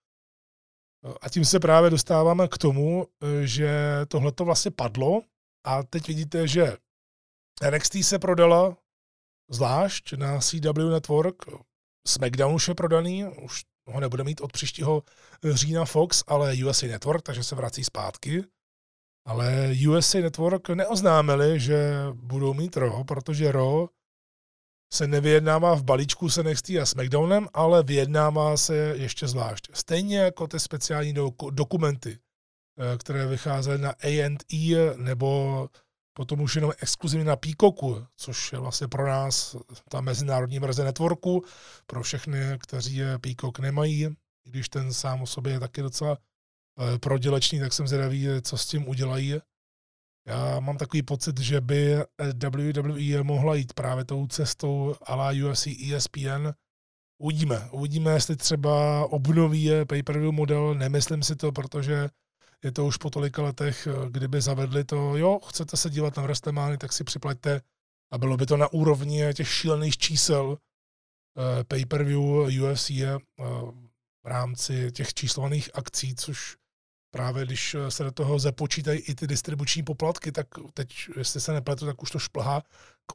S1: A tím se právě dostáváme k tomu, že tohle to vlastně padlo a teď vidíte, že NXT se prodala zvlášť na CW Network, SmackDown už je prodaný, už ho nebude mít od příštího října Fox, ale USA Network, takže se vrací zpátky. Ale USA Network neoznámili, že budou mít Raw, protože Raw se nevyjednává v balíčku s NXT a SmackDownem, ale vyjednává se ještě zvlášť. Stejně jako ty speciální dokumenty, které vycházely na A&E nebo potom už jenom exkluzivně na Peacocku, což je vlastně pro nás ta mezinárodní verze networku, pro všechny, kteří Peacock nemají, i když ten sám o sobě je taky docela prodělečný, tak jsem zvědavý, co s tím udělají. Já mám takový pocit, že by WWE mohla jít právě tou cestou a la UFC ESPN. Uvidíme, jestli třeba obnoví pay-per-view model, nemyslím si to, protože je to už po tolika letech, kdyby zavedli to, jo, chcete se dívat na WrestleMania, tak si připlaťte a bylo by to na úrovni těch šílených čísel pay-per-view UFC v rámci těch číslovaných akcí, což právě když se do toho započítají i ty distribuční poplatky, tak teď, jestli se nepletu, tak už to šplhá k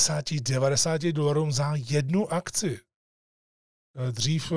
S1: $80-90 za jednu akci. Dřív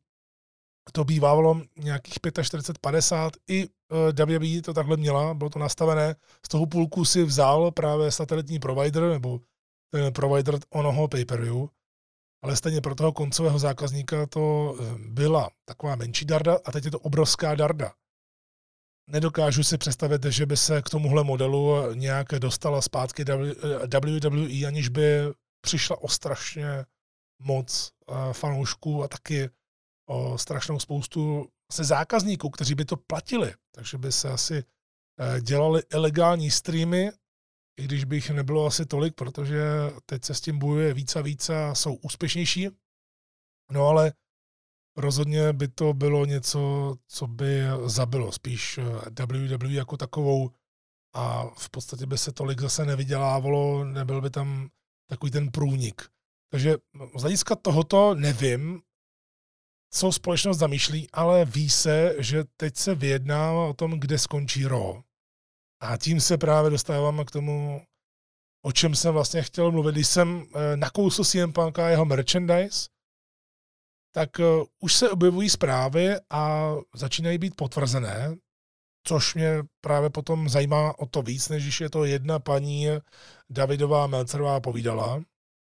S1: to bývalo nějakých 45-50, i WWE to takhle měla, bylo to nastavené, z toho půlku si vzal právě satelitní provider, nebo ten provider onoho pay-per-view, ale stejně pro toho koncového zákazníka to byla taková menší darda a teď je to obrovská darda. Nedokážu si představit, že by se k tomuhle modelu nějak dostala zpátky WWE, aniž by přišla o strašně moc fanoušků a taky o strašnou spoustu zákazníků, kteří by to platili. Takže by se asi dělali ilegální streamy, i když by jich nebylo asi tolik, protože teď se s tím bojuje víc a víc a jsou úspěšnější. No ale rozhodně by to bylo něco, co by zabilo spíš WWE jako takovou a v podstatě by se tolik zase nevydělávalo, nebyl by tam takový ten průnik. Takže z hlediska tohoto nevím, co společnost zamýšlí, ale ví se, že teď se vyjednává o tom, kde skončí Raw. A tím se právě dostáváme k tomu, o čem jsem vlastně chtěl mluvit. Když jsem nakousl CM Punka a jeho merchandise, tak už se objevují zprávy a začínají být potvrzené, což mě právě potom zajímá o to víc, než když je to jedna paní Davidová Meltzerová povídala.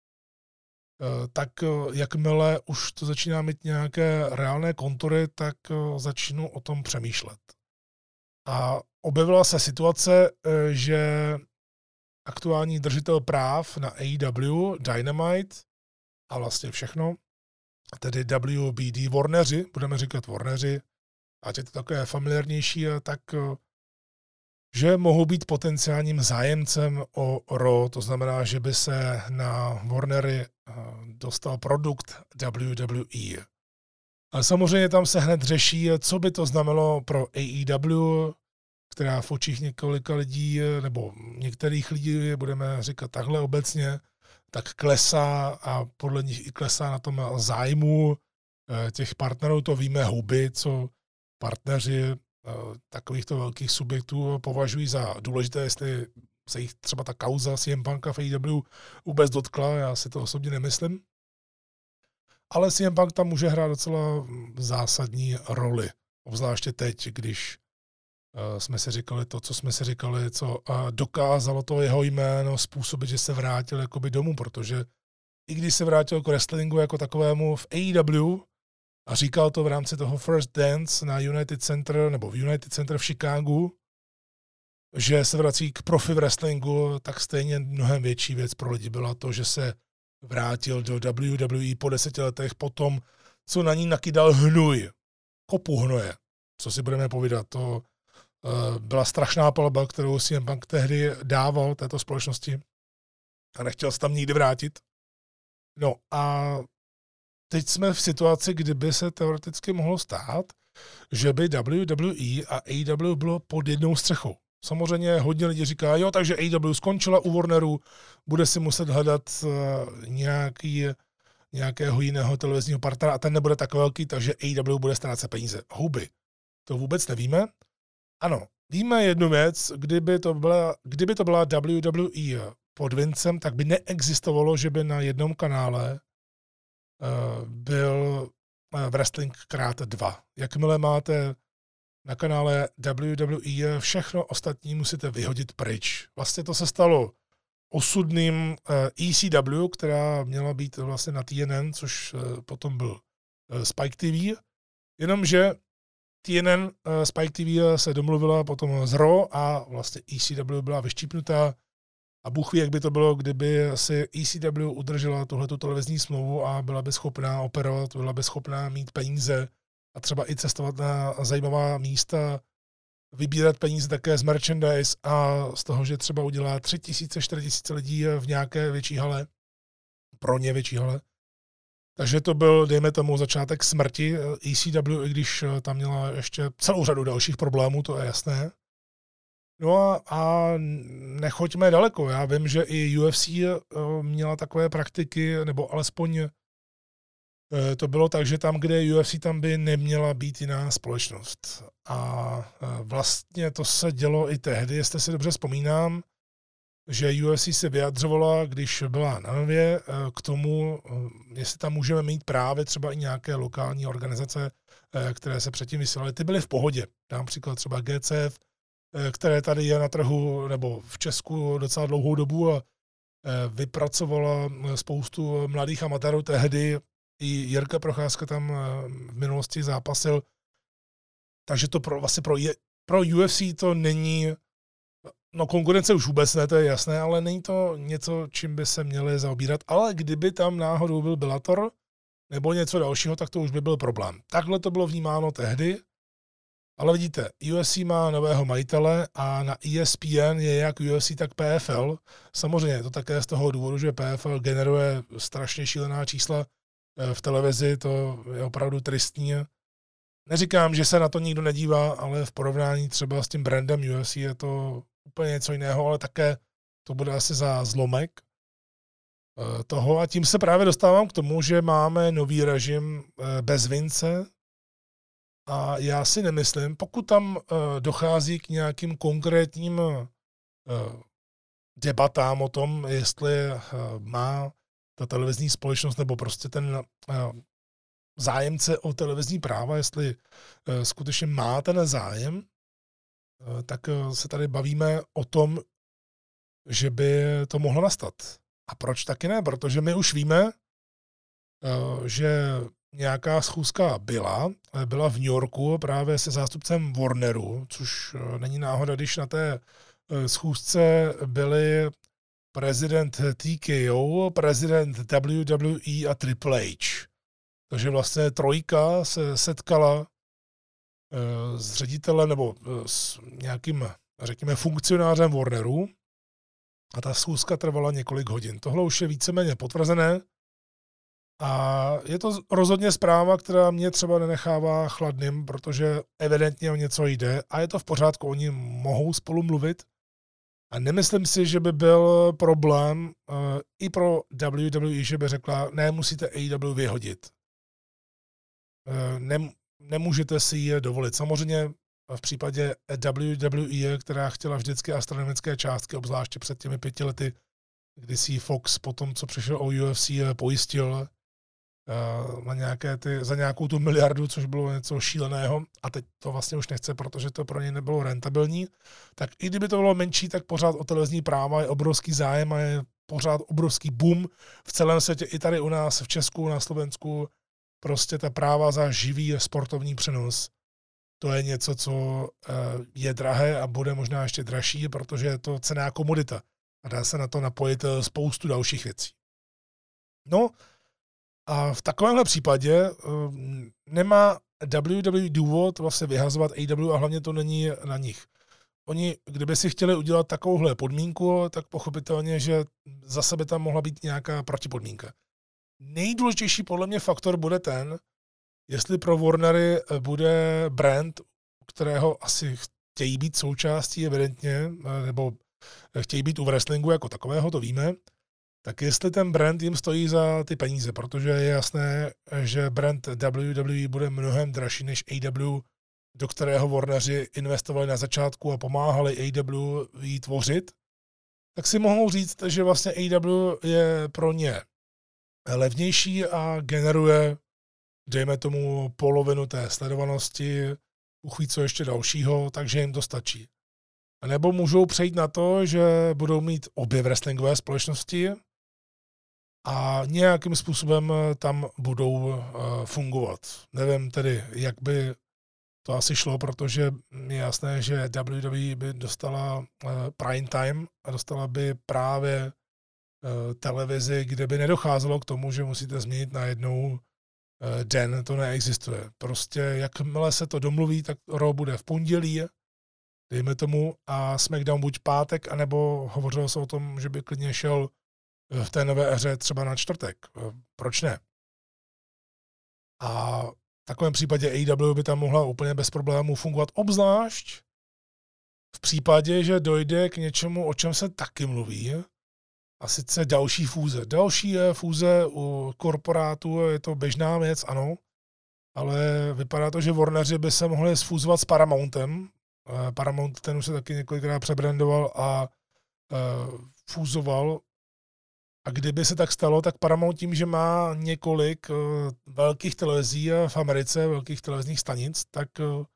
S1: Tak jakmile už to začíná mít nějaké reálné kontury, tak začnu o tom přemýšlet. A objevila se situace, že aktuální držitel práv na AEW, Dynamite a vlastně všechno, tedy WBD Warneri, budeme říkat Warneri, ať je to takové familiárnější, tak že mohou být potenciálním zájemcem o Raw, to znamená, že by se na Warnery dostal produkt WWE. Ale samozřejmě tam se hned řeší, co by to znamenalo pro AEW, která v očích několika lidí, nebo některých lidí, budeme říkat takhle obecně, tak klesá a podle nich i klesá na tom zájmu těch partnerů. To víme huby, co partneři takovýchto velkých subjektů považují za důležité, jestli se jich třeba ta kauza CM Punka v AEW vůbec dotkla, já si to osobně nemyslím. Ale CM Punk tam může hrát docela zásadní roli, obzvláště teď, když jsme si říkali to, co jsme si říkali, co dokázalo to jeho jméno způsobit, že se vrátil jakoby domů, protože i když se vrátil k wrestlingu jako takovému v AEW a říkal to v rámci toho First Dance na United Center nebo v United Center v Chicagu, že se vrací k profi wrestlingu, tak stejně mnohem větší věc pro lidi byla to, že se vrátil do WWE po 10 letech potom, co na ní nakydal hnůj, kopu hnoje. Co si budeme povídat, to byla strašná palba, kterou CM Punk tehdy dával této společnosti a nechtěl se tam nikdy vrátit. No a teď jsme v situaci, kdyby se teoreticky mohlo stát, že by WWE a AEW bylo pod jednou střechou. Samozřejmě hodně lidí říká, jo, takže AEW skončila u Warneru, bude si muset hledat nějakého jiného televizního partnera a ten nebude tak velký, takže AEW bude ztrácet peníze. Huby. To vůbec nevíme. Ano, víme jednu věc, kdyby to byla WWE pod Vincem, tak by neexistovalo, že by na jednom kanále byl wrestling krát 2. Jakmile máte na kanále WWE, všechno ostatní musíte vyhodit pryč. Vlastně to se stalo osudným ECW, která měla být vlastně na TNN, což potom byl Spike TV, jenomže TNN Spike TV se domluvila potom z Raw a vlastně ECW byla vyštípnutá a Bůh ví, jak by to bylo, kdyby si ECW udržela tuhletu televizní smlouvu a byla by schopná operovat, byla by schopná mít peníze a třeba i cestovat na zajímavá místa, vybírat peníze také z merchandise a z toho, že třeba udělá 3000, 4000 lidí v nějaké větší hale, pro ně větší hale. Takže to byl, dejme tomu, začátek smrti ECW, i když tam měla ještě celou řadu dalších problémů, to je jasné. No a nechoďme daleko. Já vím, že i UFC měla takové praktiky, nebo alespoň to bylo tak, že tam, kde je UFC, tam by neměla být jiná společnost. A vlastně to se dělo i tehdy, jestli si dobře vzpomínám, že UFC se vyjadřovala, když byla na Nově, k tomu, jestli tam můžeme mít právě třeba i nějaké lokální organizace, které se předtím vysílaly. Ty byly v pohodě. Dám příklad třeba GCF, které tady je na trhu nebo v Česku docela dlouhou dobu a vypracovala spoustu mladých amatérů tehdy. I Jirka Procházka tam v minulosti zápasil. Takže to pro UFC to není, no konkurence už vůbec ne, to je jasné, ale není to něco, čím by se měli zaobírat. Ale kdyby tam náhodou byl Bellator nebo něco dalšího, tak to už by byl problém. Takhle to bylo vnímáno tehdy. Ale vidíte, UFC má nového majitele a na ESPN je jak UFC, tak PFL. Samozřejmě je to také z toho důvodu, že PFL generuje strašně šílená čísla v televizi, to je opravdu tristní. Neříkám, že se na to nikdo nedívá, ale v porovnání třeba s tím brandem UFC je to úplně něco jiného, ale také to bude asi za zlomek toho. A tím se právě dostávám k tomu, že máme nový režim bez Vince. A já si nemyslím, pokud tam dochází k nějakým konkrétním debatám o tom, jestli má ta televizní společnost nebo prostě ten zájemce o televizní práva, jestli skutečně má ten zájem, tak se tady bavíme o tom, že by to mohlo nastat. A proč taky ne? Protože my už víme, že nějaká schůzka byla v New Yorku právě se zástupcem Warneru, což není náhoda, když na té schůzce byli prezident TKO, prezident WWE a Triple H. Takže vlastně trojka se setkala s ředitelem nebo s nějakým, řekněme, funkcionářem Warneru a ta schůzka trvala několik hodin. Tohle už je víceméně potvrzené. A je to rozhodně zpráva, která mě třeba nenechává chladným, protože evidentně o něco jde a je to v pořádku, oni mohou spolu mluvit. A nemyslím si, že by byl problém i pro WWE, že by řekla, ne, musíte AEW vyhodit. Nemůžete si je dovolit. Samozřejmě v případě WWE, která chtěla vždycky astronomické částky, obzvláště před těmi 5 lety, kdy si Fox po tom, co přišel o UFC, pojistil za nějakou tu miliardu, což bylo něco šíleného a teď to vlastně už nechce, protože to pro ně nebylo rentabilní, tak i kdyby to bylo menší, tak pořád o televizní práva je obrovský zájem a je pořád obrovský boom v celém světě, i tady u nás v Česku, na Slovensku, prostě ta práva za živý sportovní přenos to je něco, co je drahé a bude možná ještě dražší, protože je to cenná komodita a dá se na to napojit spoustu dalších věcí. No a v takovémhle případě nemá WWE důvod vlastně vyhazovat AEW a hlavně to není na nich. Oni, kdyby si chtěli udělat takovouhle podmínku, tak pochopitelně, že zase by tam mohla být nějaká protipodmínka. Nejdůležitější podle mě faktor bude ten, jestli pro Warnery bude brand, kterého asi chtějí být součástí evidentně, nebo chtějí být u wrestlingu jako takového, to víme, tak jestli ten brand jim stojí za ty peníze, protože je jasné, že brand WWE bude mnohem dražší než AEW, do kterého Warneri investovali na začátku a pomáhali AEW ji tvořit, tak si mohou říct, že vlastně AEW je pro ně levnější a generuje, dejme tomu, polovinu té sledovanosti, uchví co ještě dalšího, takže jim to stačí. A nebo můžou přejít na to, že budou mít obě wrestlingové společnosti a nějakým způsobem tam budou fungovat. Nevím tedy, jak by to asi šlo, protože je jasné, že WWE by dostala prime time a dostala by právě televizi, kde by nedocházelo k tomu, že musíte změnit najednou den, to neexistuje. Prostě jakmile se to domluví, tak Raw bude v pondělí, dejme tomu, a SmackDown buď pátek, anebo hovořilo se o tom, že by klidně šel v té nové éře třeba na čtvrtek. Proč ne? A v takovém případě AEW by tam mohla úplně bez problémů fungovat, obzvlášť v případě, že dojde k něčemu, o čem se taky mluví, a sice další fúze. Další je fúze u korporátu, je to běžná věc, ano, ale vypadá to, že Warneri by se mohli sfúzovat s Paramountem. Paramount ten už se taky několikrát přebrandoval a fúzoval. A kdyby se tak stalo, tak Paramount tím, že má několik velkých televizí v Americe, velkých televizních stanic, tak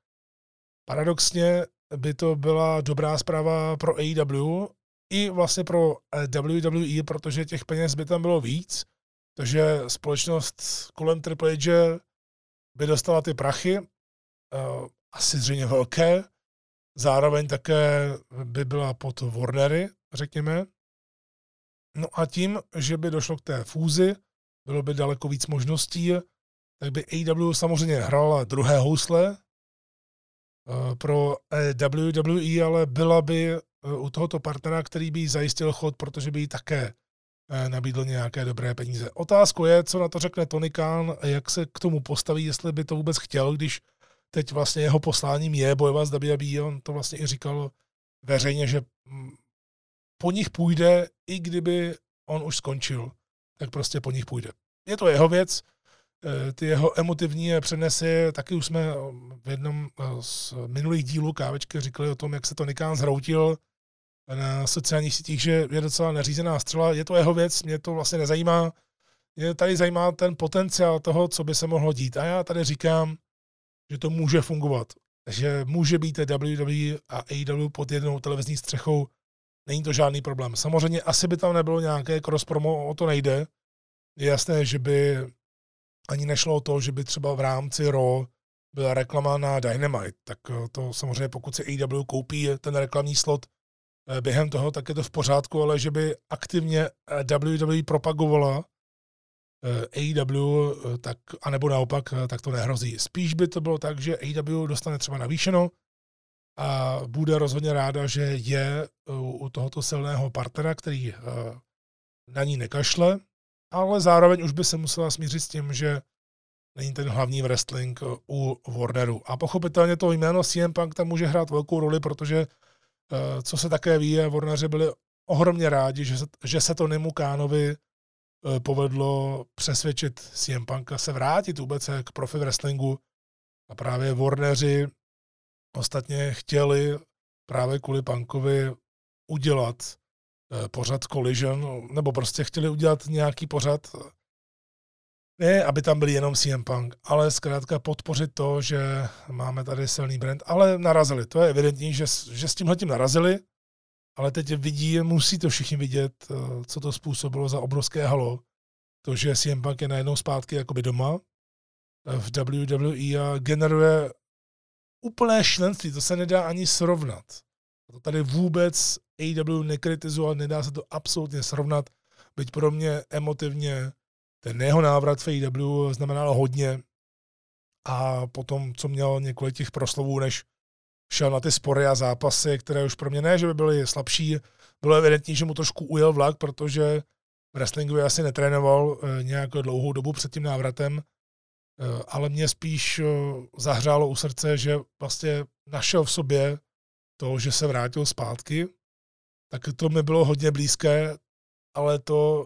S1: paradoxně by to byla dobrá zpráva pro AEW i vlastně pro WWE, protože těch peněz by tam bylo víc, takže společnost kolem Triple H by dostala ty prachy, asi zřejmě velké, zároveň také by byla pod Warnery, řekněme. No a tím, že by došlo k té fúzi, bylo by daleko víc možností, tak by AEW samozřejmě hrála druhé housle pro WWE, ale byla by u tohoto partnera, který by jí zajistil chod, protože by jí také nabídl nějaké dobré peníze. Otázkou je, co na to řekne Tony Khan, jak se k tomu postaví, jestli by to vůbec chtěl, když teď vlastně jeho posláním je bojovat s WWE. On to vlastně i říkal veřejně, že po nich půjde, i kdyby on už skončil, tak prostě po nich půjde. Je to jeho věc, ty jeho emotivní přednesy, taky už jsme v jednom z minulých dílů Kávečky říkali o tom, jak se Tony Khan zhroutil na sociálních sítích, že je docela neřízená střela. Je to jeho věc, mě to vlastně nezajímá. Mě tady zajímá ten potenciál toho, co by se mohlo dít. A já tady říkám, že to může fungovat. Že může být WWE a AEW pod jednou televizní střechou. Není to žádný problém. Samozřejmě asi by tam nebylo nějaké cross-promo, o to nejde. Je jasné, že by ani nešlo o to, že by třeba v rámci Raw byla reklama na Dynamite. Tak to samozřejmě, pokud si AEW koupí ten reklamní slot během toho, tak je to v pořádku, ale že by aktivně WWE propagovala AEW, tak, anebo naopak, tak to nehrozí. Spíš by to bylo tak, že AEW dostane třeba navýšeno a bude rozhodně ráda, že je u tohoto silného partnera, který na ní nekašle, ale zároveň už by se musela smířit s tím, že není ten hlavní wrestling u Warneru. A pochopitelně to jméno CM Punk tam může hrát velkou roli, protože co se také ví, Warneri byli ohromně rádi, že se to Tonymu Khanovi povedlo přesvědčit CM Punka se vrátit vůbec k profi wrestlingu. A právě Warneri ostatně chtěli právě kvůli Punkovi udělat pořad Collision, nebo prostě chtěli udělat nějaký pořad, ne, aby tam byl jenom CM Punk, ale zkrátka podpořit to, že máme tady silný brand, ale narazili. To je evidentní, že s tímhletím narazili, ale teď musí to všichni vidět, co to způsobilo za obrovské halo. To, že CM Punk je najednou zpátky jakoby doma v WWE a generuje úplné šílenství, to se nedá ani srovnat. To tady vůbec AEW nekritizovat, nedá se to absolutně srovnat, byť pro mě emotivně ten jeho návrat v AEW znamenal hodně a potom, co měl několik těch proslovů, než šel na ty spory a zápasy, které už pro mě ne, že by byly slabší, bylo evidentní, že mu trošku ujel vlak, protože wrestlingu asi netrénoval nějakou dlouhou dobu před tím návratem, ale mě spíš zahřálo u srdce, že vlastně našel v sobě to, že se vrátil zpátky, tak to mi bylo hodně blízké, ale to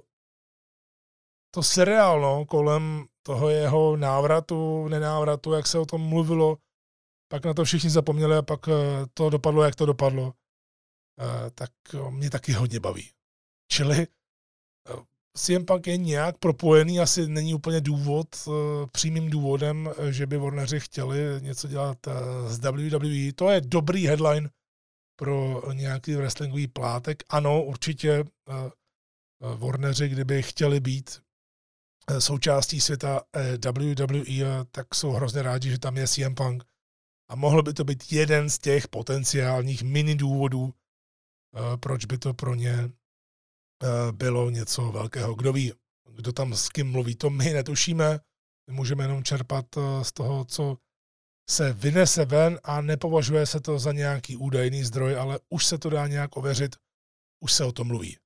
S1: seriál kolem toho jeho návratu, nenávratu, jak se o tom mluvilo, pak na to všichni zapomněli a pak to dopadlo, jak to dopadlo, tak mě taky hodně baví. Čili CM Punk je nějak propojený, asi není úplně přímým důvodem, že by Warneri chtěli něco dělat s WWE. To je dobrý headline pro nějaký wrestlingový plátek. Ano, určitě Warneri, kdyby chtěli být součástí světa WWE, tak jsou hrozně rádi, že tam je CM Punk. A mohl by to být jeden z těch potenciálních mini důvodů, proč by to pro ně bylo něco velkého. Kdo ví, kdo tam s kým mluví, to my netušíme. My můžeme jenom čerpat z toho, co se vynese ven a nepovažuje se to za nějaký údajný zdroj, ale už se to dá nějak ověřit, už se o tom mluví.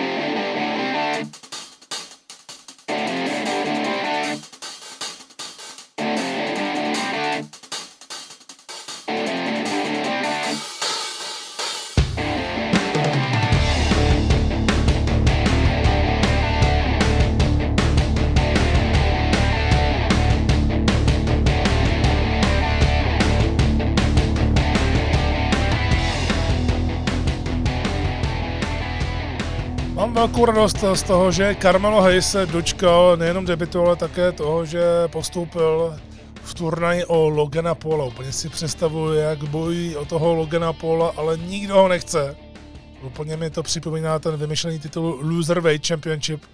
S1: Velkou radost z toho, že Carmelo Hayes se dočkal nejenom debutu, ale také toho, že postoupil v turnaji o Logana Paula. Úplně si představuji, jak bojují o toho Logana Paula, ale nikdo ho nechce. Úplně mi to připomíná ten vymyšlený titul Loserweight Championship.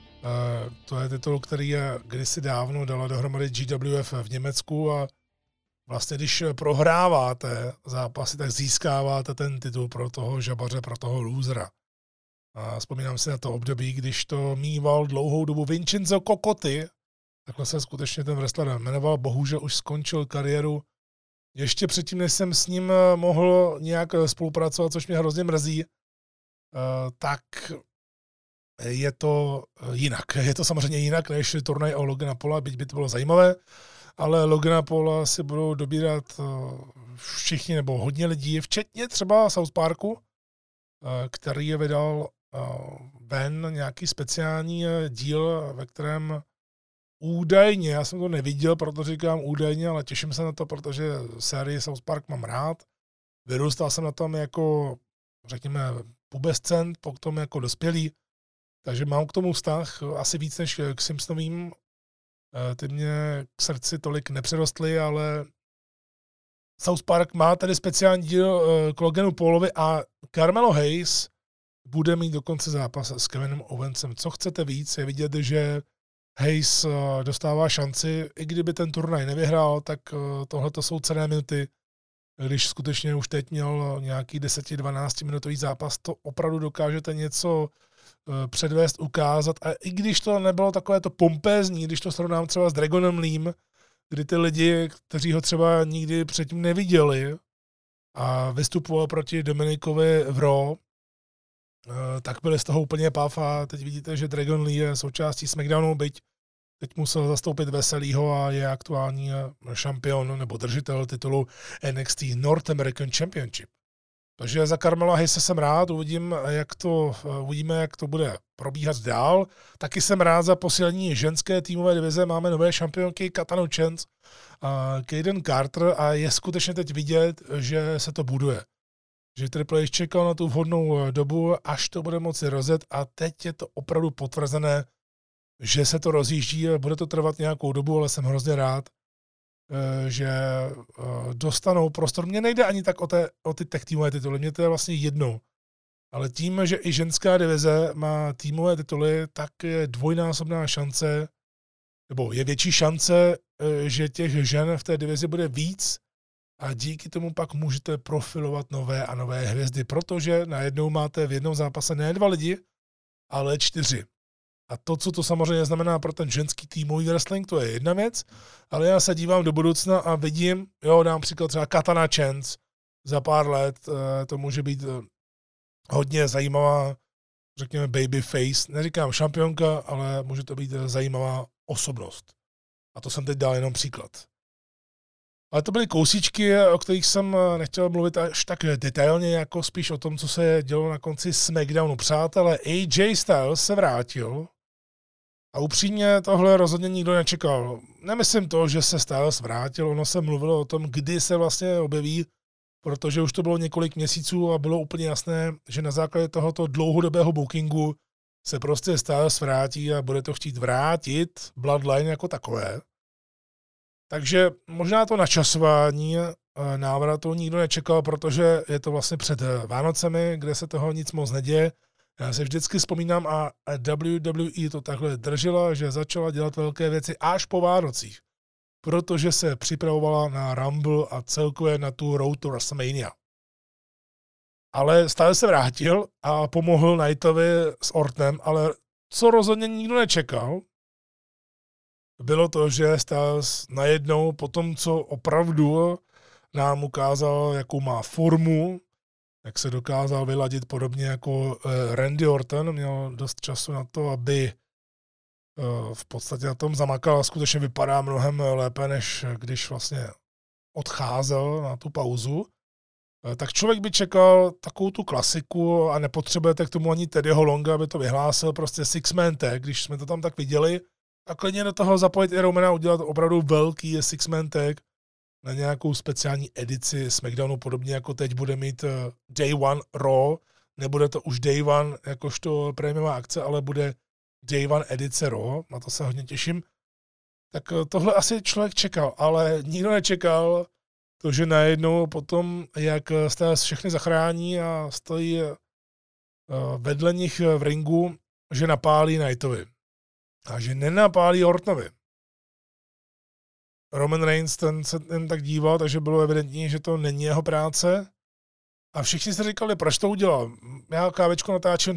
S1: To je titul, který kdysi dávno dala dohromady GWF v Německu a vlastně když prohráváte zápasy, tak získáváte ten titul pro toho žabaře, pro toho losera. A vzpomínám si na to období, když to mýval dlouhou dobu Vincenzo Cocotti, takhle se skutečně ten wrestler jmenoval, bohužel už skončil kariéru. Ještě předtím, než jsem s ním mohl nějak spolupracovat, což mě hrozně mrzí, tak je to jinak. Je to samozřejmě jinak než turnaj o Logana Paula, byť by to bylo zajímavé, ale Logana Paula si budou dobírat všichni nebo hodně lidí, včetně třeba South Parku, který je vydal ven nějaký speciální díl, ve kterém údajně, já jsem to neviděl, proto říkám údajně, ale těším se na to, protože sérii South Park mám rád. Vyrůstal jsem na tom jako, řekněme, pubescent, potom jako dospělý, takže mám k tomu vztah asi víc než k Simpsonovým. Ty mě k srdci tolik nepřerostly, ale South Park má tady speciální díl k Loganu Paulovi a Carmelo Hayes bude mít dokonce zápas s Kevinem Owensem. Co chcete víc, je vidět, že Hayes dostává šanci, i kdyby ten turnaj nevyhrál, tak tohle to jsou cenné minuty. Když skutečně už teď měl nějaký 10-12 minutový zápas, to opravdu dokážete něco předvést, ukázat. A i když to nebylo takové to pompézní, když to srovnám třeba s Dragonem Leem, kdy ty lidi, kteří ho třeba nikdy předtím neviděli a vystupoval proti Dominikovi v Raw, tak byli z toho úplně pav a teď vidíte, že Dragon Lee je součástí SmackDownu, byť teď musel zastoupit Veselýho a je aktuální šampion nebo držitel titulu NXT North American Championship. Takže za Carmela Hayese jsem rád, uvidíme, jak to bude probíhat dál. Taky jsem rád za posílení ženské týmové divize. Máme nové šampionky Katanu Chance a Kaden Carter a je skutečně teď vidět, že se to buduje. Že Triple H čekal na tu vhodnou dobu, až to bude moci rozjet a teď je to opravdu potvrzené, že se to rozjíždí a bude to trvat nějakou dobu, ale jsem hrozně rád, že dostanou prostor. Mně nejde ani tak o ty tech týmové tituly, mně to je vlastně jedno. Ale tím, že i ženská divize má týmové tituly, tak je dvojnásobná šance, nebo je větší šance, že těch žen v té divizi bude víc, a díky tomu pak můžete profilovat nové a nové hvězdy, protože najednou máte v jednom zápase ne 2 lidi, ale 4. A to, co to samozřejmě znamená pro ten ženský týmový wrestling, to je jedna věc, ale já se dívám do budoucna a vidím, dám příklad třeba Katana Chance za pár let, to může být hodně zajímavá, řekněme babyface, neříkám šampionka, ale může to být zajímavá osobnost. A to jsem teď dal jenom příklad. Ale to byly kousíčky, o kterých jsem nechtěl mluvit až tak detailně, jako spíš o tom, co se dělo na konci SmackDownu. Přátelé, AJ Styles se vrátil a upřímně tohle rozhodně nikdo nečekal. Nemyslím to, že se Styles vrátil, ono se mluvilo o tom, kdy se vlastně objeví, protože už to bylo několik měsíců a bylo úplně jasné, že na základě tohoto dlouhodobého bookingu se prostě Styles vrátí a bude to chtít vrátit Bloodline jako takové. Takže možná to načasování návratu nikdo nečekal, protože je to vlastně před Vánocemi, kde se toho nic moc neděje. Já se vždycky vzpomínám a WWE to takhle držela, že začala dělat velké věci až po Vánocích, protože se připravovala na Rumble a celkově na tu Road to WrestleMania. Ale stále se vrátil a pomohl Knightovi s Ortonem, ale co rozhodně nikdo nečekal, bylo to, že Styles najednou po tom, co opravdu nám ukázal, jakou má formu, jak se dokázal vyladit podobně jako Randy Orton, měl dost času na to, aby v podstatě na tom zamakal a skutečně vypadá mnohem lépe, než když vlastně odcházel na tu pauzu. Tak člověk by čekal takovou tu klasiku a nepotřebujete k tomu ani Teddyho Longa, aby to vyhlásil prostě six-man tag, když jsme to tam tak viděli. A klidně do toho zapojit i Romana, udělat opravdu velký six-man tag na nějakou speciální edici SmackDownu, podobně jako teď bude mít Day One Raw. Nebude to už Day One jakožto prémiová akce, ale bude Day One edice Raw, na to se hodně těším. Tak tohle asi člověk čekal, ale nikdo nečekal to, že najednou potom, jak se všechny zachrání a stojí vedle nich v ringu, že napálí Knightovi. A že nenapálí Ortonovi. Roman Reigns ten se jen tak díval, takže bylo evidentní, že to není jeho práce. A všichni si říkali, proč to udělal. Já kávečko natáčím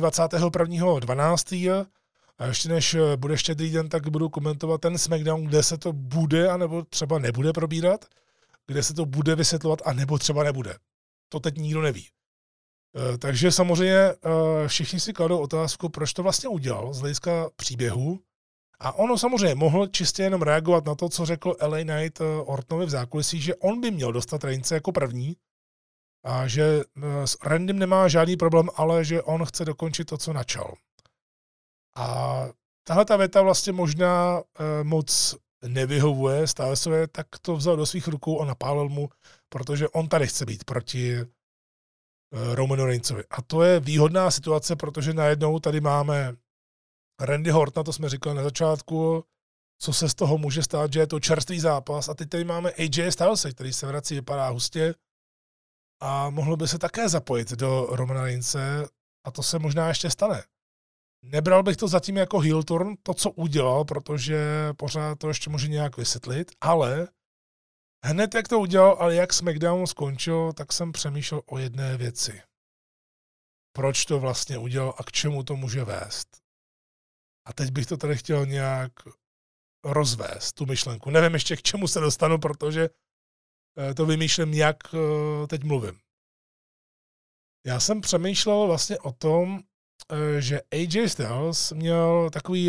S1: 21.12. a ještě než bude Štědrý den, tak budu komentovat ten SmackDown, kde se to bude, anebo třeba nebude probírat, kde se to bude vysvětlovat, anebo třeba nebude. To teď nikdo neví. Takže samozřejmě všichni si kladou otázku, proč to vlastně udělal z hlediska příběhu. A ono samozřejmě mohl čistě jenom reagovat na to, co řekl LA Knight Ortonovi v zákulisí, že on by měl dostat Reignse jako první a že s Randym nemá žádný problém, ale že on chce dokončit to, co načal. A tahle ta věta vlastně možná moc nevyhovuje Stylesové, tak to vzal do svých rukou a napálil mu, protože on tady chce být proti Romanu Reignsovi. A to je výhodná situace, protože najednou tady máme Randy Ortona, to jsme říkali na začátku, co se z toho může stát, že je to čerstvý zápas a teď tady máme AJ Styles, který se vrací, vypadá hustě a mohlo by se také zapojit do Romana Reignse a to se možná ještě stane. Nebral bych to zatím jako heel turn, to, co udělal, protože pořád to ještě může nějak vysvětlit, ale hned jak to udělal, ale jak SmackDown skončil, tak jsem přemýšlel o jedné věci. Proč to vlastně udělal a k čemu to může vést? A teď bych to tady chtěl nějak rozvést, tu myšlenku. Nevím ještě, k čemu se dostanu, protože to vymýšlím, jak teď mluvím. Já jsem přemýšlel vlastně o tom, že AJ Styles měl takový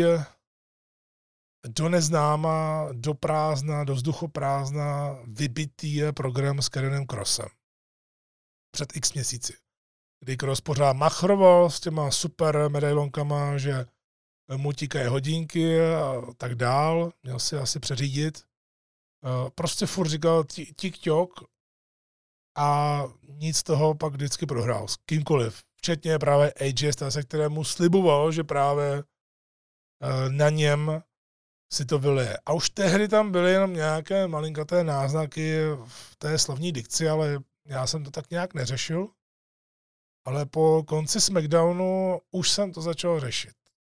S1: do neznáma, do prázdna, do vzduchoprázdna vybitý program s Karrionem Krossem. Před x měsíci. Kdy Kross pořád machroval s těma super medailonkama, že mu tikají hodinky a tak dál, měl si asi přeřídit. Prostě furt říkal tik-tok a nic z toho pak vždycky prohrál s kýmkoliv. Včetně právě AJ Stylese, kterému sliboval, že právě na něm si to vylije. A už tehdy tam byly jenom nějaké malinkaté náznaky v té slovní dikci, ale já jsem to tak nějak neřešil. Ale po konci SmackDownu už jsem to začal řešit.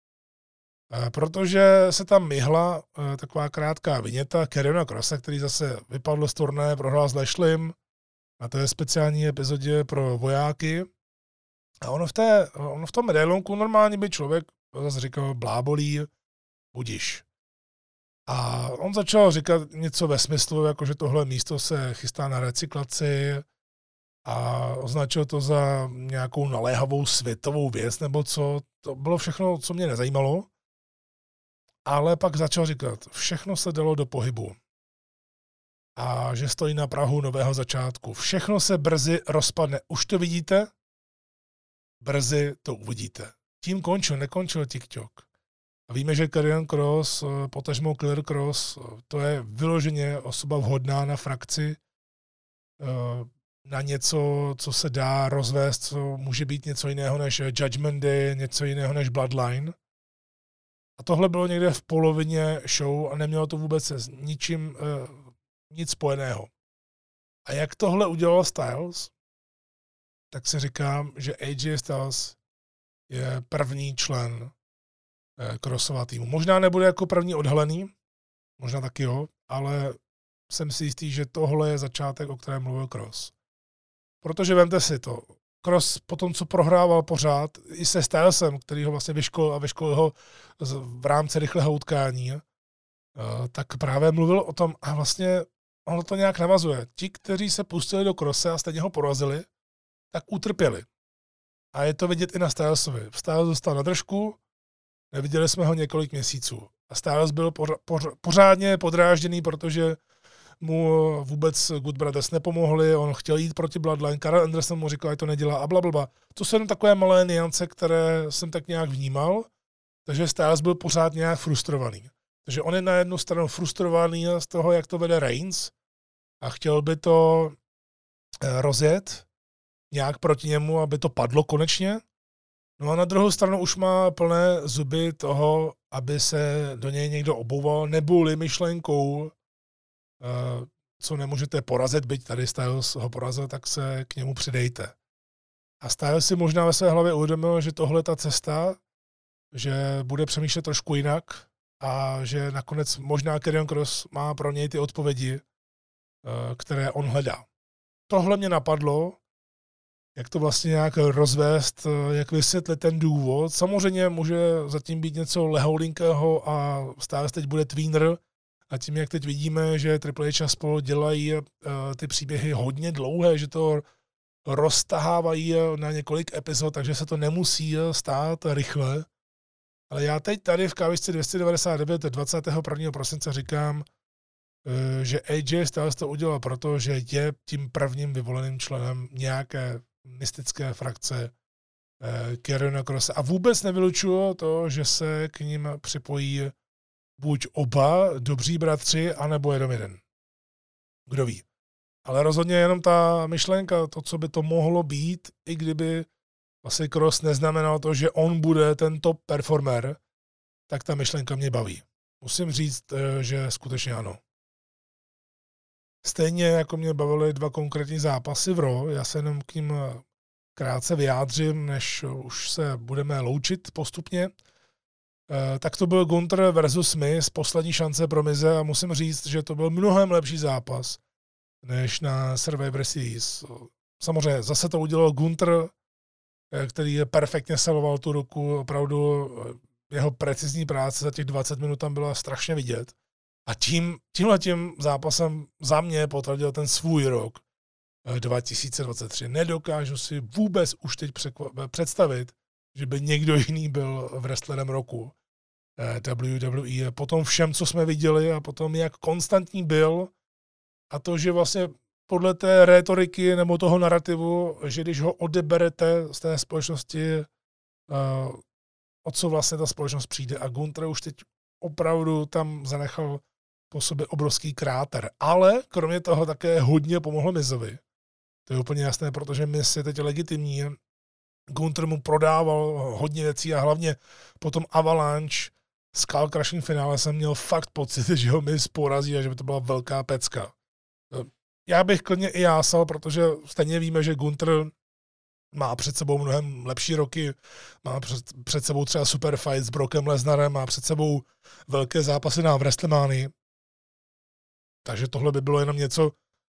S1: Protože se tam myhla taková krátká viněta Karriona Krosse, který zase vypadl z turnaje, prohrál s Lashlem na té speciální epizodě pro vojáky. A ono v tom medailonku normálně by člověk zase říkal blábolí, budiš. A on začal říkat něco ve smyslu, jako že tohle místo se chystá na recyklaci a označil to za nějakou naléhavou světovou věc, nebo co. To bylo všechno, co mě nezajímalo. Ale pak začal říkat, všechno se dalo do pohybu. A že stojí na prahu nového začátku. Všechno se brzy rozpadne. Už to vidíte? Brzy to uvidíte. Tím nekončil TikTok. A víme, že Karrion Kross, potažmo Killer Kross, to je vyloženě osoba vhodná na frakci, na něco, co se dá rozvést, co může být něco jiného než Judgment Day, něco jiného než Bloodline. A tohle bylo někde v polovině show a nemělo to vůbec s ničím nic spojeného. A jak tohle udělal Styles, tak si říkám, že AJ Styles je první člen Krossova týmu. Možná nebude jako první odhalený, možná taky jo, ale jsem si jistý, že tohle je začátek, o kterém mluvil Kross. Protože vemte si to, Kross po tom, co prohrával pořád, i se Stylesem, který ho vlastně vyškolil ho v rámci rychlého utkání, tak právě mluvil o tom a vlastně ono to nějak navazuje. Ti, kteří se pustili do Krosse a stejně ho porazili, tak utrpěli. A je to vidět i na Stylesovi. Styles dostal na držku, neviděli jsme ho několik měsíců. A Styles byl pořádně podrážděný, protože mu vůbec Good Brothers nepomohli, on chtěl jít proti Bloodline, Karl Anderson mu říkal, že to nedělá a blablabla. To jsou jenom takové malé niance, které jsem tak nějak vnímal, takže Styles byl pořád nějak frustrovaný. Takže on je na jednu stranu frustrovaný z toho, jak to vede Reigns a chtěl by to rozjet nějak proti němu, aby to padlo konečně. No a na druhou stranu už má plné zuby toho, aby se do něj někdo obouval, neboli myšlenkou, co nemůžete porazit, byť tady Styles ho porazil, tak se k němu přidejte. A Styles si možná ve své hlavě uvědomil, že tohle je ta cesta, že bude přemýšlet trošku jinak a že nakonec možná Karrion Kross má pro něj ty odpovědi, které on hledá. Tohle mě napadlo, jak to vlastně nějak rozvést, jak vysvětlit ten důvod. Samozřejmě může zatím být něco lehoulinkého a Styles teď bude tweener a tím, jak teď vidíme, že Triple H a spolu dělají ty příběhy hodně dlouhé, že to roztahávají na několik epizod, takže se to nemusí stát rychle. Ale já teď tady v kávičce 299 21. prosince říkám, že AJ Styles to udělal proto, že je tím prvním vyvoleným členem nějaké mystické frakce Karriona Krosse. A vůbec nevylučuju to, že se k ním připojí buď oba dobří bratři, anebo jenom jeden. Kdo ví. Ale rozhodně jenom ta myšlenka, to, co by to mohlo být, i kdyby vlastně Kross neznamenal to, že on bude ten top performer, tak ta myšlenka mě baví. Musím říct, že skutečně ano. Stejně jako mě bavily 2 konkrétní zápasy v Raw, já se jenom k ním krátce vyjádřím, než už se budeme loučit postupně, tak to byl Gunther versus Miz, poslední šance pro Mize a musím říct, že to byl mnohem lepší zápas než na Survivor Series. Samozřejmě zase to udělal Gunther, který perfektně saloval tu ruku, opravdu jeho precizní práce za těch 20 minut tam byla strašně vidět. A tímhletím zápasem za mě potvrdil ten svůj rok 2023. Nedokážu si vůbec už teď představit, že by někdo jiný byl wrestlerem roku WWE. Po tom všem, co jsme viděli a potom, jak konstantní byl a to, že vlastně podle té rétoriky nebo toho narrativu, že když ho odeberete z té společnosti, o co vlastně ta společnost přijde. A Gunther už teď opravdu tam zanechal po sobě obrovský kráter. Ale kromě toho také hodně pomohlo Mizovi. To je úplně jasné, protože Miz je teď legitimní. Gunther mu prodával hodně věcí a hlavně potom Avalanche Skull Crushing finále jsem měl fakt pocit, že ho Miz porazí a že by to byla velká pecka. Já bych klidně i jásal, protože stejně víme, že Gunther má před sebou mnohem lepší roky, má před sebou třeba super fight s Brockem Lesnarem, má před sebou velké zápasy na WrestleManii. Takže tohle by bylo jenom něco,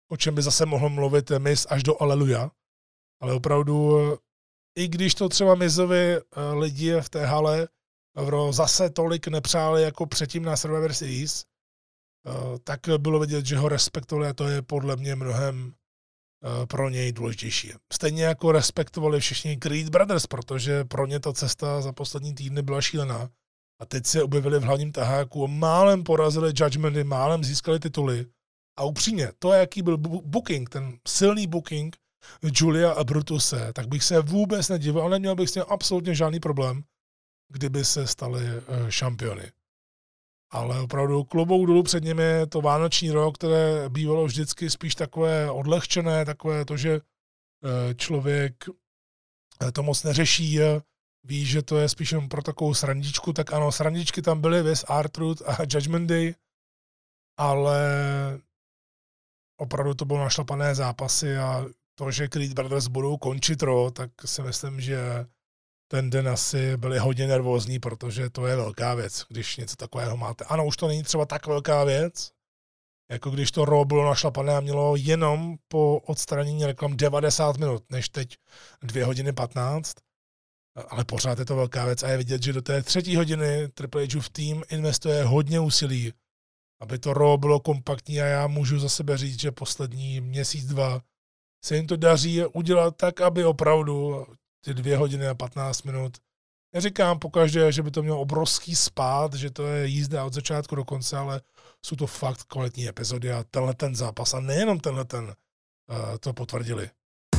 S1: o čem by zase mohl mluvit Miz až do Aleluja. Ale opravdu, i když to třeba Mizovi lidi v té hale zase tolik nepřáli jako předtím na Survivor Series, tak bylo vidět, že ho respektovali a to je podle mě mnohem pro něj důležitější. Stejně jako respektovali všichni Creed Brothers, protože pro ně ta cesta za poslední týdny byla šílená. A teď se objevili v hlavním taháku, málem porazili Judgmenty, málem získali tituly. A upřímně, to, jaký byl booking, ten silný booking Julia a Brutuse, tak bych se vůbec nedivil, ale neměl bych s tím absolutně žádný problém, kdyby se stali šampiony. Ale opravdu klobouk dolů před nimi, to vánoční rok, které bývalo vždycky spíš takové odlehčené, takové to, že člověk to moc neřeší, ví, že to je spíš jen pro takovou srandičku, tak ano, srandičky tam byly, viz R-Truth a Judgment Day, ale opravdu to bylo našlapané zápasy a to, že Creed Brothers budou končit tak si myslím, že ten den asi byli hodně nervózní, protože to je velká věc, když něco takového máte. Ano, už to není třeba tak velká věc, jako když to Raw bylo našlapané a mělo jenom po odstranění reklam 90 minut, než teď 2 hodiny 15, ale pořád je to velká věc a je vidět, že do té 3. hodiny Triple Hův tým investuje hodně úsilí, aby to Raw bylo kompaktní a já můžu za sebe říct, že poslední měsíc, 2 se jim to daří udělat tak, aby opravdu ty 2 hodiny a 15 minut. Neříkám pokaždé, že by to mělo obrovský spád, že to je jízda od začátku do konce, ale jsou to fakt kvalitní epizody a tenhle ten zápas a nejenom tenhle ten to potvrdili.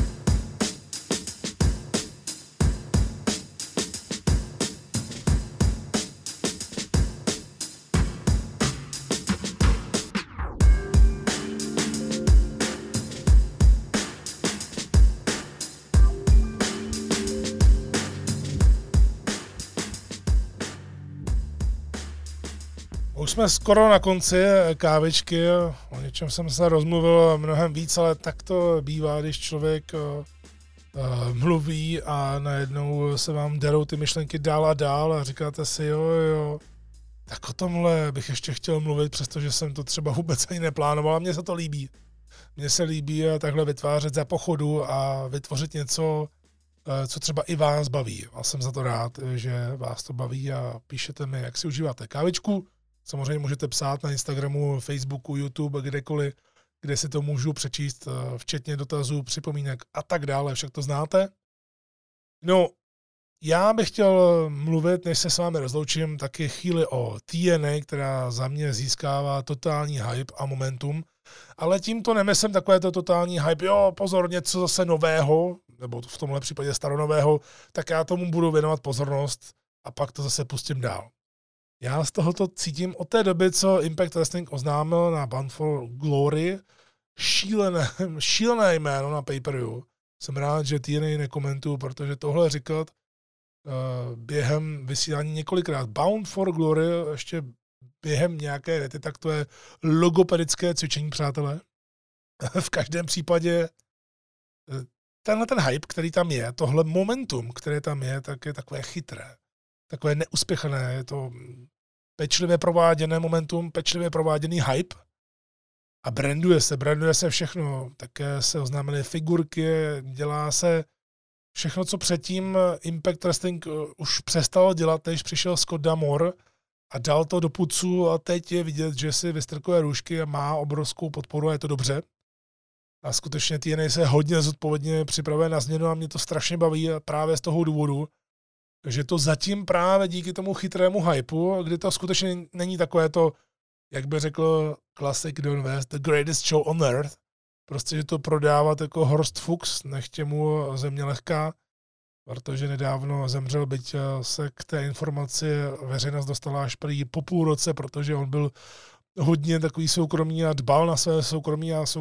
S1: Už jsme skoro na konci kávičky, o něčem jsem se rozmluvil mnohem víc, ale tak to bývá, když člověk mluví a najednou se vám derou ty myšlenky dál a dál a říkáte si jo, tak o tomhle bych ještě chtěl mluvit, přestože jsem to třeba vůbec ani neplánoval a mně se to líbí. Mně se líbí takhle vytvářet za pochodu a vytvořit něco, co třeba i vás baví. A jsem za to rád, že vás to baví a píšete mi, jak si užíváte kávičku. Samozřejmě můžete psát na Instagramu, Facebooku, YouTube, kdekoliv, kde si to můžu přečíst, včetně dotazů, připomínek a tak dále, však to znáte. No, já bych chtěl mluvit, než se s vámi rozloučím, taky chvíli o TNA, která za mě získává totální hype a momentum, ale tímto nemyslím takovéto totální hype, jo, pozor, něco zase nového, nebo v tomhle případě staronového, tak já tomu budu věnovat pozornost a pak to zase pustím dál. Já z tohoto cítím od té doby, co Impact Wrestling oznámil na Bound for Glory šílené jméno na pay-per-view. Jsem rád, že TNA nekomentuju, protože tohle říkat během vysílání několikrát. Bound for Glory ještě během nějaké věty, tak to je logopedické cvičení, přátelé. V každém případě tenhle ten hype, který tam je, tohle momentum, které tam je, tak je takové chytré. Takové neuspěchané, je to pečlivě prováděné momentum, pečlivě prováděný hype a branduje se všechno. Také se oznámily figurky, dělá se všechno, co předtím Impact Wrestling už přestal dělat, než přišel Scott D'Amore a dal to do pucu a teď je vidět, že si vystrkuje růžky a má obrovskou podporu a je to dobře. A skutečně TNA se hodně zodpovědně připravuje na změnu a mě to strašně baví právě z toho důvodu, že to zatím právě díky tomu chytrému hypeu, kdy to skutečně není takové to, jak by řekl klasik Don West, the greatest show on earth, prostě, že to prodávat jako Horst Fuchs, nechtě mu země lehká, protože nedávno zemřel, byť se k té informaci veřejnost dostala až prý po půl roce, protože on byl hodně takový soukromý a dbal na své soukromí a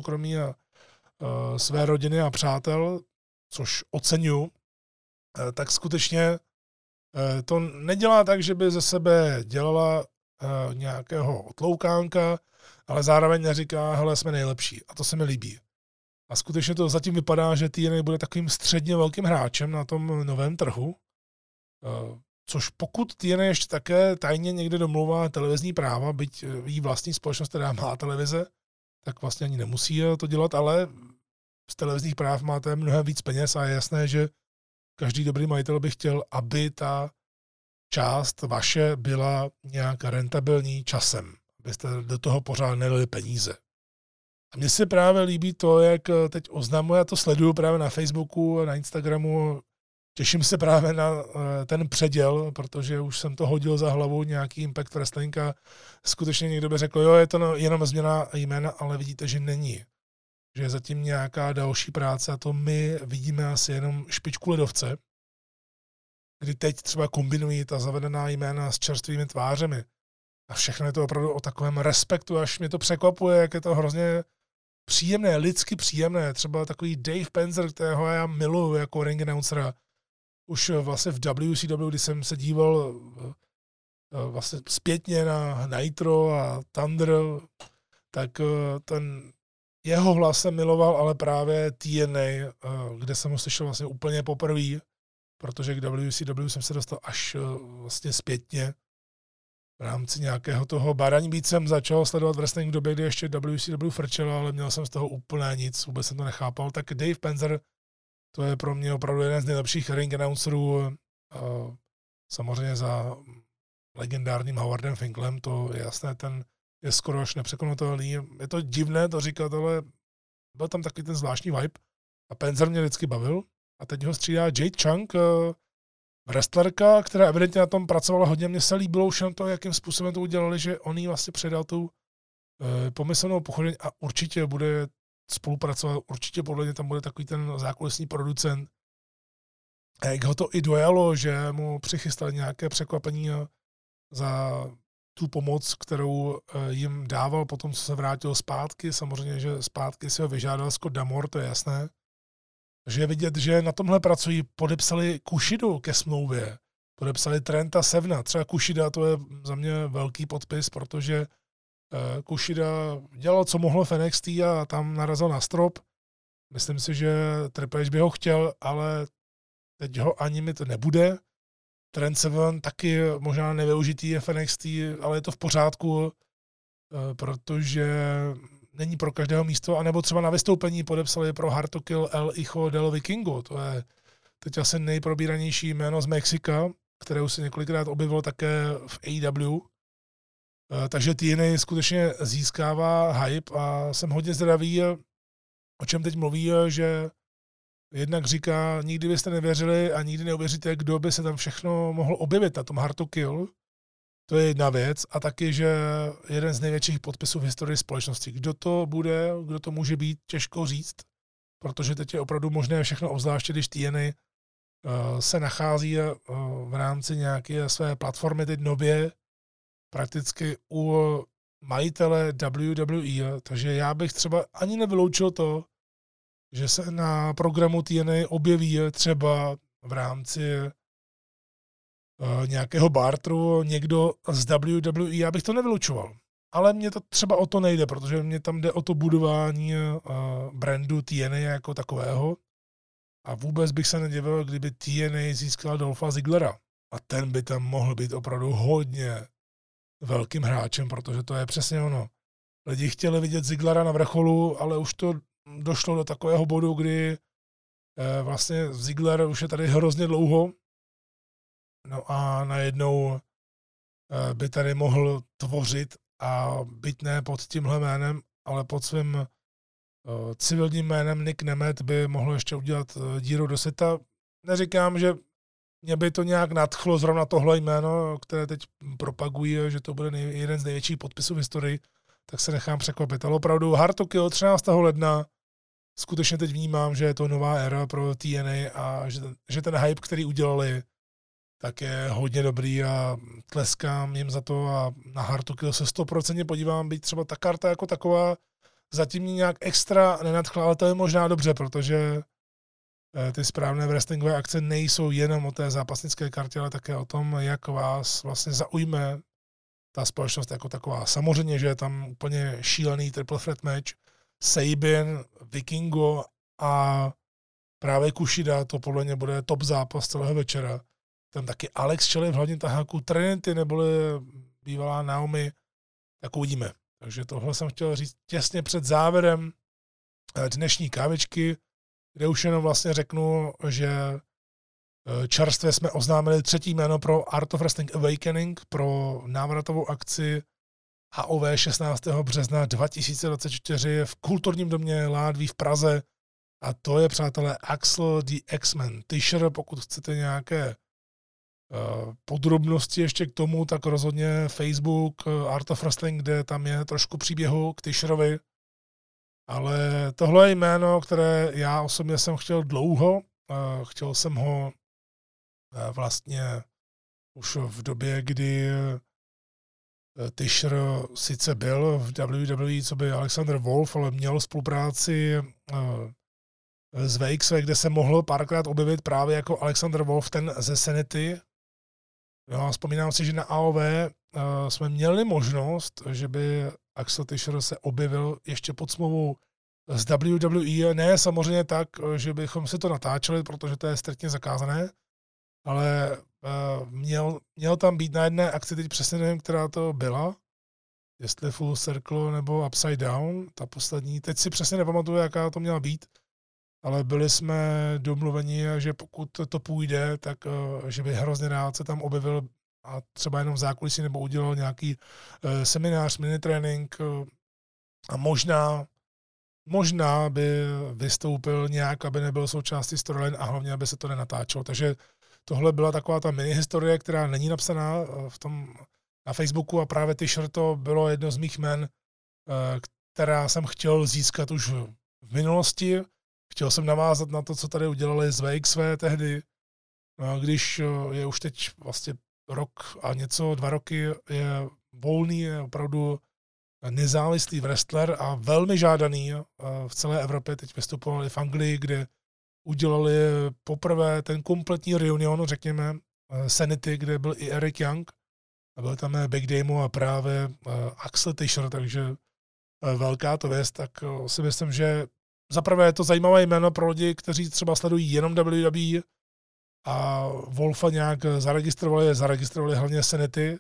S1: své rodiny a přátel, což oceňuji, tak skutečně to nedělá tak, že by ze sebe dělala nějakého otloukánka, ale zároveň neříká, hele, jsme nejlepší. A to se mi líbí. A skutečně to zatím vypadá, že TNA bude takovým středně velkým hráčem na tom novém trhu, což pokud TNA ještě také tajně někde domluvá televizní práva, byť jí vlastní společnost teda má televize, tak vlastně ani nemusí to dělat, ale z televizních práv máte mnohem víc peněz a je jasné, že každý dobrý majitel by chtěl, aby ta část vaše byla nějak rentabilní časem, abyste do toho pořád nelili peníze. A mně se právě líbí to, jak teď oznamuje, já to sleduju právě na Facebooku, na Instagramu, těším se právě na ten předěl, protože už jsem to hodil za hlavu nějaký Impact Wrestling a skutečně někdo by řekl, jo, je to jenom změna jména, ale vidíte, že není. Že je zatím nějaká další práce a to my vidíme asi jenom špičku ledovce, kdy teď třeba kombinují ta zavedená jména s čerstvými tvářemi. A všechno je to opravdu o takovém respektu, až mě to překvapuje, jak je to hrozně příjemné, lidsky příjemné. Třeba takový Dave Penzer, kterého já miluji jako ring announcera. Už vlastně v WCW, kdy jsem se díval vlastně zpětně na Nitro a Thunder, tak ten jeho hlas jsem miloval, ale právě TNA, kde jsem ho slyšel vlastně úplně poprvé, protože k WCW jsem se dostal až vlastně zpětně. V rámci nějakého toho bádání víc jsem začal sledovat wrestling v době, kdy ještě WCW frčelo, ale měl jsem z toho úplně nic, vůbec jsem to nechápal. Tak Dave Penzer, to je pro mě opravdu jeden z nejlepších ring announcerů, samozřejmě za legendárním Howardem Finklem, to je jasné, ten je skoro až nepřekonatelný. Je to divné to říkat, ale byl tam takový ten zvláštní vibe a Penzer mě vždycky bavil a teď ho střídá Jade Chung, wrestlerka, která evidentně na tom pracovala hodně. Mně se líbilo všem to, jakým způsobem to udělali, že on jí vlastně předal tu pomyslnou pochodeň a určitě bude spolupracovat, určitě podle mě tam bude takový ten zákulisní producent. A jak ho to i dojalo, že mu přichystali nějaké překvapení za tu pomoc, kterou jim dával potom, co se vrátil zpátky. Samozřejmě, že zpátky si ho vyžádal Scott D'Amore, to je jasné. Takže je vidět, že na tomhle pracují, podepsali Kushidu ke smlouvě, podepsali Trenta Sevna. Třeba Kushida, to je za mě velký podpis, protože Kushida dělal, co mohl v NXT a tam narazil na strop. Myslím si, že Triple H by ho chtěl, ale teď ho ani mi to nebude. Trent Seven taky možná nevyužitý je v NXT, ale je to v pořádku, protože není pro každého místo, anebo třeba na vystoupení podepsali pro Hard to Kill El Hijo del Vikingo. To je teď asi nejprobíranější jméno z Mexika, které už se několikrát objevilo také v AEW. Takže TNA skutečně získává hype a jsem hodně zdravý, o čem teď mluví, že jednak říká, nikdy byste nevěřili a nikdy neuvěříte, kdo by se tam všechno mohl objevit na tom Hard to Kill. To je jedna věc. A taky, že jeden z největších podpisů v historii společnosti. Kdo to bude, kdo to může být, těžko říct, protože teď je opravdu možné všechno, obzvláště když TNA se nachází v rámci nějaké své platformy teď nově prakticky u majitele WWE. Takže já bych třeba ani nevyloučil to, že se na programu TNA objeví třeba v rámci nějakého barteru někdo z WWE, já bych to nevylučoval. Ale mně to třeba o to nejde, protože mě tam jde o to budování brandu TNA jako takového a vůbec bych se nedivil, kdyby TNA získala Dolpha Ziglera. A ten by tam mohl být opravdu hodně velkým hráčem, protože to je přesně ono. Lidi chtěli vidět Ziglera na vrcholu, ale už to došlo do takového bodu, kdy vlastně Ziggler už je tady hrozně dlouho. No a najednou by tady mohl tvořit a byť ne pod tímhle jménem, ale pod svým civilním jménem Nick Nemeth by mohl ještě udělat díru do světa. Neříkám, že mě by to nějak nadchlo zrovna tohle jméno, které teď propagují, že to bude jeden z největších podpisů v historii, tak se nechám překvapit. Ale opravdu Hard to Kill 13. ledna skutečně teď vnímám, že je to nová éra pro TNA a že ten hype, který udělali, tak je hodně dobrý a tleskám jim za to a na Hard to Kill se 100% podívám, být třeba ta karta jako taková zatím mě nějak extra nenadchla, ale to je možná dobře, protože ty správné wrestlingové akce nejsou jenom o té zápasnické kartě, ale také o tom, jak vás vlastně zaujme ta společnost jako taková. Samozřejmě, že je tam úplně šílený triple threat match, Sabin, Vikingo a právě Kushida, to podle mě bude top zápas celého večera. Tam taky Alex Shelley v hlavním taháku, Trinity neboli bývalá Naomi, tak uvidíme. Takže tohle jsem chtěl říct těsně před závěrem dnešní kávičky, kde už jenom vlastně řeknu, že čerstvě jsme oznámili 3. jméno pro Art of Wrestling Awakening pro návratovou akci AOV 16. března 2024 v kulturním domě Ládví v Praze. A to je, přátelé, Axel the X-Men Tischer. Pokud chcete nějaké podrobnosti ještě k tomu, tak rozhodně Facebook Art of Wrestling, kde tam je trošku příběhu k Tischerovi. Ale tohle je jméno, které já osobně jsem chtěl dlouho. Chtěl jsem ho vlastně už v době, kdy Tischer sice byl v WWE, co by Alexander Wolf, ale měl spolupráci z VXV, kde se mohl párkrát objevit právě jako Alexander Wolf, ten ze Sanity. Jo, vzpomínám si, že na AOV jsme měli možnost, že by Axel Tischer se objevil ještě pod smlouvou z WWE. Ne samozřejmě tak, že bychom si to natáčeli, protože to je striktně zakázané, ale měl tam být na jedné akci, teď přesně nevím, která to byla, jestli Full Circle nebo Upside Down, ta poslední, teď si přesně nepamatuju, jaká to měla být, ale byli jsme domluveni, že pokud to půjde, tak že by hrozně rád se tam objevil a třeba jenom v zákulisí nebo udělal nějaký seminář, minitrénink a možná by vystoupil nějak, aby nebyl součástí storyline a hlavně, aby se to nenatáčelo. Takže tohle byla taková ta mini-historie, která není napsaná na Facebooku a právě Tischer to bylo jedno z mých jmen, která jsem chtěl získat už v minulosti. Chtěl jsem navázat na to, co tady udělali z VXV tehdy, když je už teď vlastně rok a něco, 2 roky je volný, je opravdu nezávislý wrestler a velmi žádaný v celé Evropě. Teď vystupovali v Anglii, kde udělali poprvé ten kompletní reunion, řekněme, Sanity, kde byl i Eric Young a byl tam Big Damo a právě Axel Tischer, takže velká to věc, tak si myslím, že zaprvé je to zajímavé jméno pro lidi, kteří třeba sledují jenom WWE a Wolfa nějak zaregistrovali hlavně Sanity.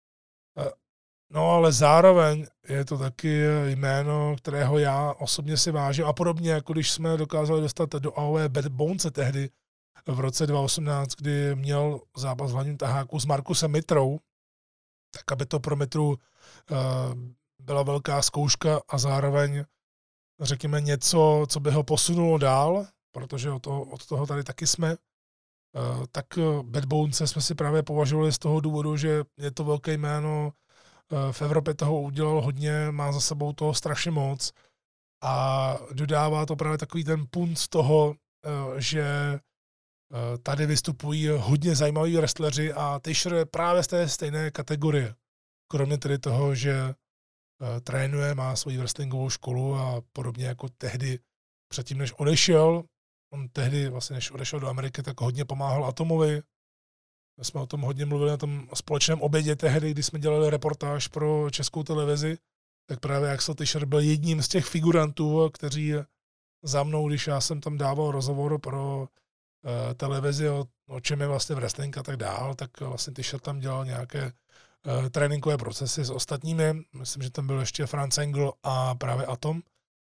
S1: No ale zároveň je to taky jméno, kterého já osobně si vážím a podobně, jako když jsme dokázali dostat do AOV Bad Bonese tehdy v roce 2018, kdy měl zápas v hlavním taháku s Markusem Mitrou, tak aby to pro Mitru byla velká zkouška a zároveň řekněme něco, co by ho posunulo dál, protože od toho tady taky jsme, tak Bad Bonese jsme si právě považovali z toho důvodu, že je to velké jméno, v Evropě toho udělal hodně, má za sebou toho strašně moc a dodává to právě takový ten punt toho, že tady vystupují hodně zajímaví wrestleri a Tischer je právě z té stejné kategorie. Kromě tedy toho, že trénuje, má svoji wrestlingovou školu a podobně jako tehdy předtím, než odešel. On tehdy, vlastně než odešel do Ameriky, tak hodně pomáhal Atomovi. My jsme o tom hodně mluvili na tom společném obědě tehdy, kdy jsme dělali reportáž pro Českou televizi, tak právě Axel Tischer byl jedním z těch figurantů, kteří za mnou, když já jsem tam dával rozhovor pro televizi o čem je vlastně wrestling a tak dál, tak vlastně Tischer tam dělal nějaké tréninkové procesy s ostatními. Myslím, že tam byl ještě Franz Engel a právě Atom.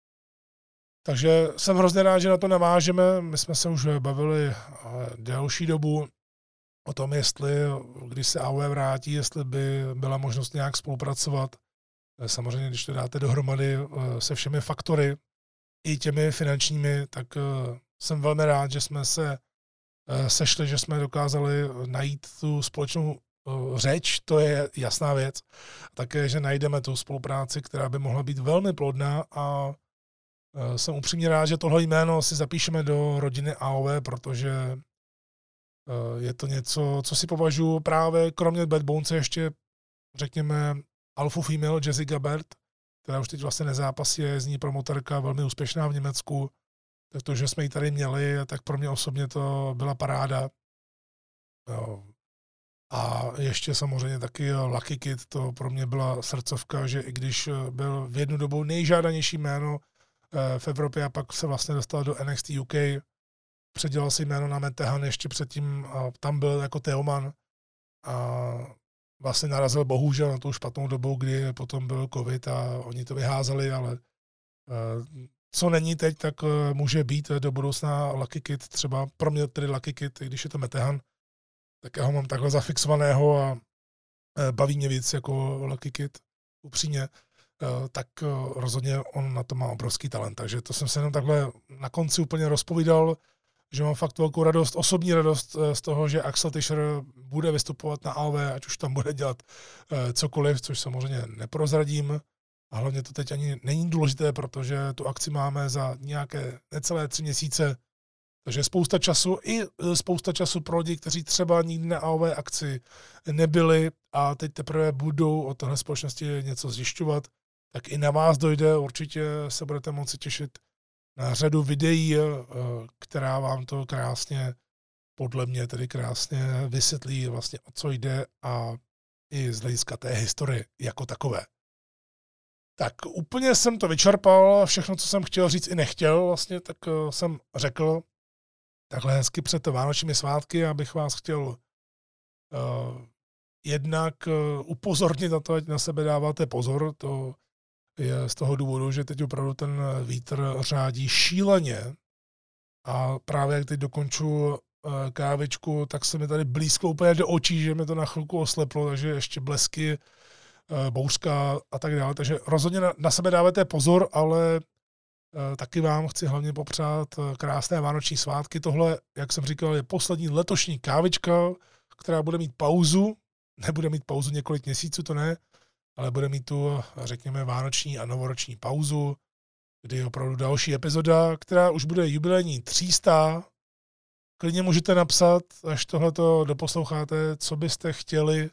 S1: Takže jsem hrozně rád, že na to navážeme. My jsme se už bavili delší dobu o tom, jestli, když se AOV vrátí, jestli by byla možnost nějak spolupracovat. Samozřejmě, když to dáte dohromady se všemi faktory, i těmi finančními, tak jsem velmi rád, že jsme se sešli, že jsme dokázali najít tu společnou řeč, to je jasná věc. Také, že najdeme tu spolupráci, která by mohla být velmi plodná a jsem upřímně rád, že tohle jméno si zapíšeme do rodiny AOV, protože je to něco, co si považuji právě kromě Bad Bonese ještě, řekněme, alpha female Jessica Bert, která už teď vlastně nezápasí, je z ní promotorka velmi úspěšná v Německu, tak to, že jsme ji tady měli, tak pro mě osobně to byla paráda. Jo. A ještě samozřejmě taky Lucky Kid, to pro mě byla srdcovka, že i když byl v jednu dobu nejžádanější jméno v Evropě a pak se vlastně dostal do NXT UK, předělal si jméno na Matt Tehan ještě předtím a tam byl jako Teoman a vlastně narazil bohužel na tu špatnou dobu, kdy potom byl covid a oni to vyházeli, ale co není teď, tak může být do budoucna Lucky Kid, třeba pro mě tedy Lucky Kid, i když je to Metehan, tak já ho mám takhle zafixovaného a baví mě víc jako Lucky Kid, upřímně, tak rozhodně on na to má obrovský talent. Takže to jsem se jenom takhle na konci úplně rozpovídal, že mám fakt velkou radost, osobní radost z toho, že Axel Tischer bude vystupovat na AOV, ať už tam bude dělat cokoliv, což samozřejmě neprozradím. A hlavně to teď ani není důležité, protože tu akci máme za nějaké necelé 3 měsíce. Takže spousta času pro lidi, kteří třeba nikdy na AOV akci nebyli a teď teprve budou o téhle společnosti něco zjišťovat, tak i na vás dojde, určitě se budete moci těšit na řadu videí, která vám to krásně, podle mě tedy krásně vysvětlí vlastně, o co jde a i z hlediska té historie jako takové. Tak úplně jsem to vyčerpal, všechno, co jsem chtěl říct i nechtěl, vlastně, tak jsem řekl takhle hezky před vánočními svátky, abych vás chtěl jednak upozornit na to, ať na sebe dáváte pozor, to je z toho důvodu, že teď opravdu ten vítr řádí šíleně a právě jak teď dokonču kávičku, tak se mi tady blízko úplně do očí, že mi to na chvilku osleplo, takže ještě blesky, bouřka a tak dále. Takže rozhodně na sebe dávajte pozor, ale taky vám chci hlavně popřát krásné vánoční svátky. Tohle, jak jsem říkal, je poslední letošní kávička, která bude mít pauzu. Nebude mít pauzu několik měsíců, to ne, ale bude mít tu, řekněme, vánoční a novoroční pauzu, kdy je opravdu další epizoda, která už bude jubilejní 300. Klidně můžete napsat, až tohleto doposloucháte, co byste chtěli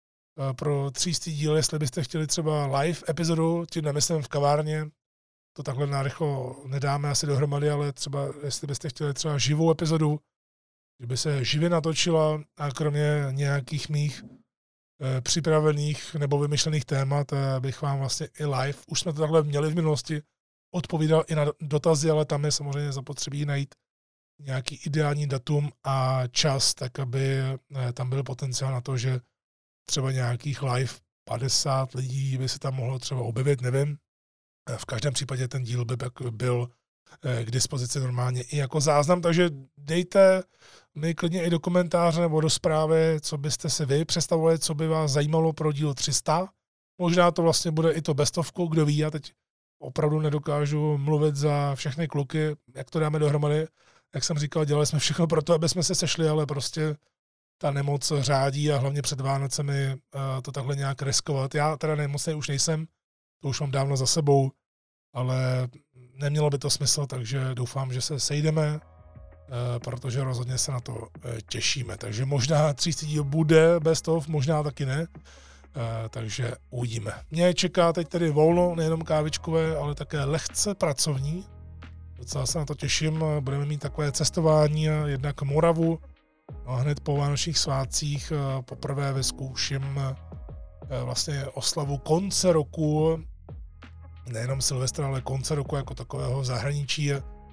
S1: pro 300 díl, jestli byste chtěli třeba live epizodu, tím nemyslím v kavárně, to takhle narychlo nedáme asi dohromady, ale třeba jestli byste chtěli třeba živou epizodu, že by se živě natočila a kromě nějakých mých připravených nebo vymyšlených témat bych vám vlastně i live, už jsme to takhle měli v minulosti, odpovídal i na dotazy, ale tam je samozřejmě zapotřebí najít nějaký ideální datum a čas, tak aby tam byl potenciál na to, že třeba nějakých live 50 lidí by se tam mohlo třeba objevit, nevím. V každém případě ten díl by byl k dispozici normálně i jako záznam, takže dejte mi klidně i do komentáře nebo do zprávy, co byste si vy představovali, co by vás zajímalo pro díl 300. Možná to vlastně bude i to bestovku, kdo ví, já teď opravdu nedokážu mluvit za všechny kluky, jak to dáme dohromady. Jak jsem říkal, dělali jsme všechno pro to, aby jsme se sešli, ale prostě ta nemoc řádí a hlavně před Vánocemi to takhle nějak riskovat. Já teda nemocnej už nejsem, to už mám dávno za sebou, ale nemělo by to smysl, takže doufám, že se sejdeme, protože rozhodně se na to těšíme. Takže možná 300 díl bude best of, možná taky ne, takže uvidíme. Mě čeká teď tedy volno, nejenom kávičkové, ale také lehce pracovní. Docela se na to těším, budeme mít takové cestování, jednak Moravu, a hned po vánočních svátcích poprvé vyzkouším vlastně oslavu konce roku, nejenom Silvestra, ale konce roku jako takového v zahraničí.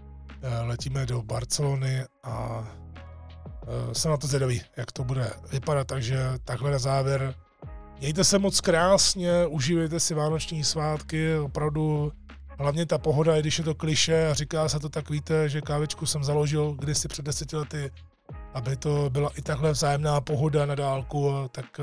S1: Letíme do Barcelony a jsem na to zvědavý, jak to bude vypadat, takže takhle na závěr. Mějte se moc krásně, užívejte si vánoční svátky, opravdu hlavně ta pohoda, i když je to klišé a říká se to tak, víte, že kávičku jsem založil kdysi před 10 lety, aby to byla i takhle vzájemná pohoda na dálku, tak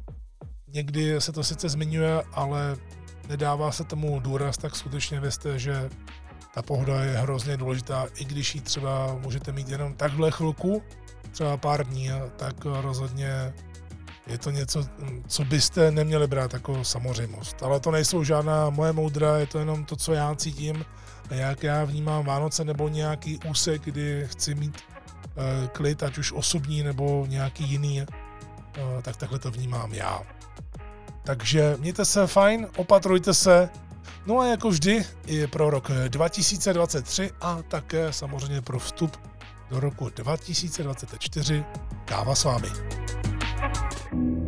S1: někdy se to sice zmiňuje, ale nedává se tomu důraz, tak skutečně vězte, že ta pohoda je hrozně důležitá, i když ji třeba můžete mít jenom takhle chvilku, třeba pár dní, tak rozhodně je to něco, co byste neměli brát jako samozřejmost. Ale to nejsou žádná moje moudra, je to jenom to, co já cítím a jak já vnímám Vánoce nebo nějaký úsek, kdy chci mít klid, ať už osobní nebo nějaký jiný, tak takhle to vnímám já. Takže mějte se fajn, opatrujte se, no a jako vždy i pro rok 2023 a také samozřejmě pro vstup do roku 2024 káva s vámi.